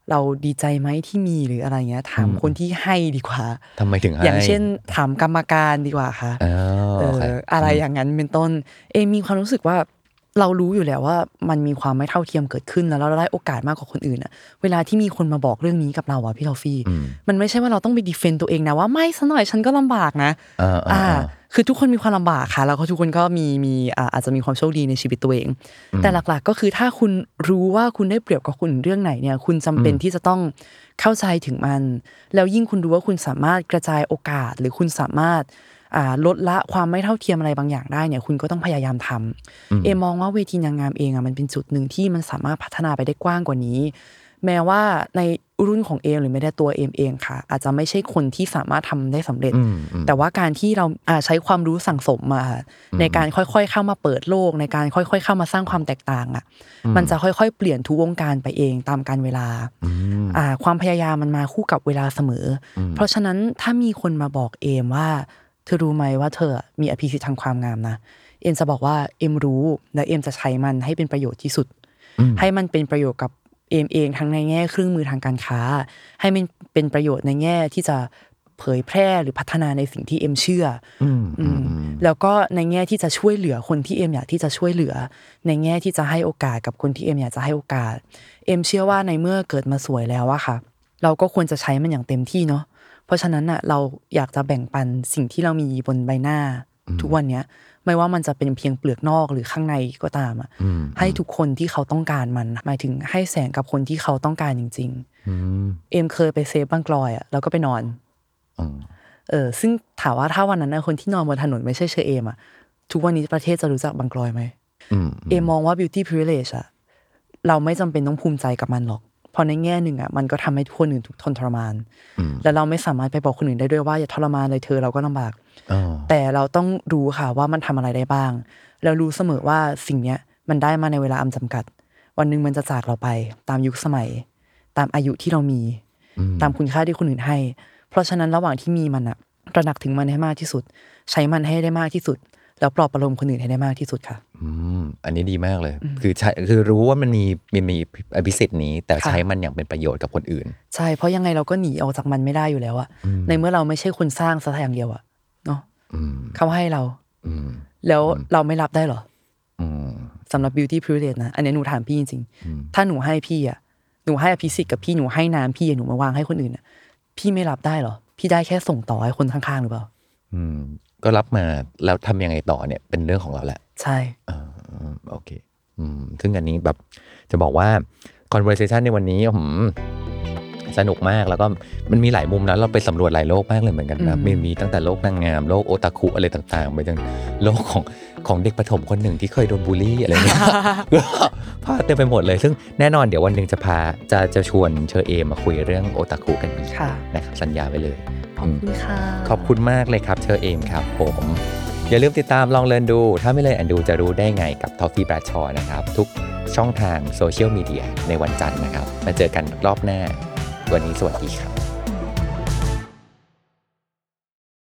B: เราดีใจไหมที่มีหรืออะไรเงี้ยถามคนที่ให้ดีกว่า
D: ทำไมถึงให้
B: อย่างเช่นถามกรรมการดีกว่าค่ะเอออะไรอย่างนั้นเป็นต้นเอมีความรู้สึกว่าเรารู้อยู่แล้วว่ามันมีความไม่เท่าเทียมเกิดขึ้นแล้วเราได้โอกาสมากกว่าคนอื่นอ่ะเวลาที่มีคนมาบอกเรื่องนี้กับเราอ่ะพี่ทอฟฟี่มันไม่ใช่ว่าเราต้องไปดิเฟนต์ตัวเองนะว่าไม่ซะหน่อยฉันก็ลำบากนะอ่าคือทุกคนมีความลำบากค่ะแล้วก็ทุกคนก็มีมีอ่าอาจจะมีความโชคดีในชีวิตตัวเองแต่หลักๆก็คือถ้าคุณรู้ว่าคุณได้เปรียบกับคนอื่นเรื่องไหนเนี่ยคุณจำเป็นที่จะต้องเข้าใจถึงมันแล้วยิ่งคุณรู้ว่าคุณสามารถกระจายโอกาสหรือคุณสามารถอ่าลดละความไม่เท่าเทียมอะไรบางอย่างได้เนี่ยคุณก็ต้องพยายามทำเอมองว่าเวทีนางงามเองอ่ะมันเป็นจุดหนึ่งที่มันสามารถพัฒนาไปได้กว้างกว่านี้แม้ว่าในรุ่นของเอมหรือไม่ได้ตัวเอมเองค่ะอาจจะไม่ใช่คนที่สามารถทำได้สำเร็จแต่ว่าการที่เราใช้ความรู้สั่งสมมาในการค่อยๆเข้ามาเปิดโลกในการค่อยๆเข้ามาสร้างความแตกต่างอ่ะมันจะค่อยๆเปลี่ยนทุกวงการไปเองตามกาลเวลาอ่าความพยายามมันมาคู่กับเวลาเสมอเพราะฉะนั้นถ้ามีคนมาบอกเอมว่าเธอรู้ไหมว่าเธอมีอภิสิทธิ์ทางความงามนะเอ็มจะบอกว่าเอ็มรู้และเอ็มจะใช้มันให้เป็นประโยชน์ที่สุดให้มันเป็นประโยชน์กับเอ็มเองทั้งในแง่เครื่องมือทางการค้าให้มันเป็นประโยชน์ในแง่ที่จะเผยแพร่หรือพัฒนาในสิ่งที่เอ็มเชื่อแล้วก็ในแง่ที่จะช่วยเหลือคนที่เอ็มอยากที่จะช่วยเหลือในแง่ที่จะให้โอกาสกับคนที่เอ็มอยากจะให้โอกาสเอ็มเชื่อว่าในเมื่อเกิดมาสวยแล้วอะค่ะเราก็ควรจะใช้มันอย่างเต็มที่เนาะเพราะฉะนั้นน่ะเราอยากจะแบ่งปันสิ่งที่เรามีบนใบหน้าทุกวันนี้ไม่ว่ามันจะเป็นเพียงเปลือกนอกหรือข้างในก็ตามอ่ะให้ทุกคนที่เขาต้องการมันหมายถึงให้แสงกับคนที่เขาต้องการจริงๆเอ็มเคยไปเซฟบางกลอยอ่ะแล้วก็ไปนอนเออซึ่งถามว่าถ้าวันนั้นคนที่นอนบนถนนไม่ใช่เชอเอมอ่ะทุกวันนี้ประเทศจะรู้จักบางกลอยไหมเอมมองว่า beauty privilege อ่ะเราไม่จำเป็นต้องภูมิใจกับมันหรอกพอในแง่หนึ่งอ่ะมันก็ทำให้ทุกคนอื่นถูกทนทรมานแล้วเราไม่สามารถไปบอกคนอื่นได้ด้วยว่าอย่าทรมานเลยเธอเราก็ลำบากแต่เราต้องรู้ค่ะว่ามันทำอะไรได้บ้างแล้วรู้เสมอว่าสิ่งเนี้ยมันได้มาในเวลาอันจำกัดวันนึงมันจะจากเราไปตามยุคสมัยตามอายุที่เรามีตามคุณค่าที่คนอื่นให้เพราะฉะนั้นระหว่างที่มีมันอ่ะตระหนักถึงมันให้มากที่สุดใช้มันให้ได้มากที่สุดแล้วปลอบประโลมคนอื่นให้ได้มากที่สุดค่ะ
D: อืมอันนี้ดีมากเลยคือใช้คือรู้ว่ามันมีมันมีอภิสิทธิ์นี้แต่ใช้มันอย่างเป็นประโยชน์กับคนอื่น
B: ใช่เพราะยังไงเราก็หนีออกจากมันไม่ได้อยู่แล้วอะในเมื่อเราไม่ใช่คนสร้างซะอย่างเดียวอะเนาะเขาให้เราแล้วเราไม่รับได้หรอสำหรับ beauty privilege นะอันนี้หนูถามพี่จริงๆถ้าหนูให้พี่อะหนูให้อภิสิทธิ์กับพี่หนูให้น้ำพี่หนูมาวางให้คนอื่นอะพี่ไม่รับได้หรอพี่ได้แค่ส่งต่อให้คนข้างๆหรือเปล่า
D: อืมก็รับมาแล้วทำยังไงต่อเนี่ยเป็นเรื่องของเราแหละ
B: ใช่
D: อ่าโอเคอืมซึ่งอันนี้แบบจะบอกว่า conversation ในวันนี้ผมสนุกมากแล้วก็มันมีหลายมุมนะเราไปสำรวจหลายโลกมากเลยเหมือนกันนะมีมีตั้งแต่โลกนางงามโลกโอตาคุอะไรต่างๆไปจนโลกของของเด็กประถมคนหนึ่งที่เคยโดนบูลลี่อะไรเงี้ยพาเต็มไปหมดเลยซึ่งแน่นอนเดี๋ยววันนึงจะพาจะจะชวนเชอเอมาคุยเรื่องโอตาคุกันอีกนะครับสัญญาไว้เลย
B: ขอบคุณค่ะ
D: ขอบคุณมากเลยครับเชอเอมครับผมอย่าลืมติดตามลองเรียนดูถ้าไม่เลยแอนดูจะรู้ได้ไงกับทอฟฟี่แบรดชอว์นะครับทุกช่องทางโซเชียลมีเดียในวันจันทร์นะครับมาเจอกันรอบหน้าวันนี้สวัสดีครับ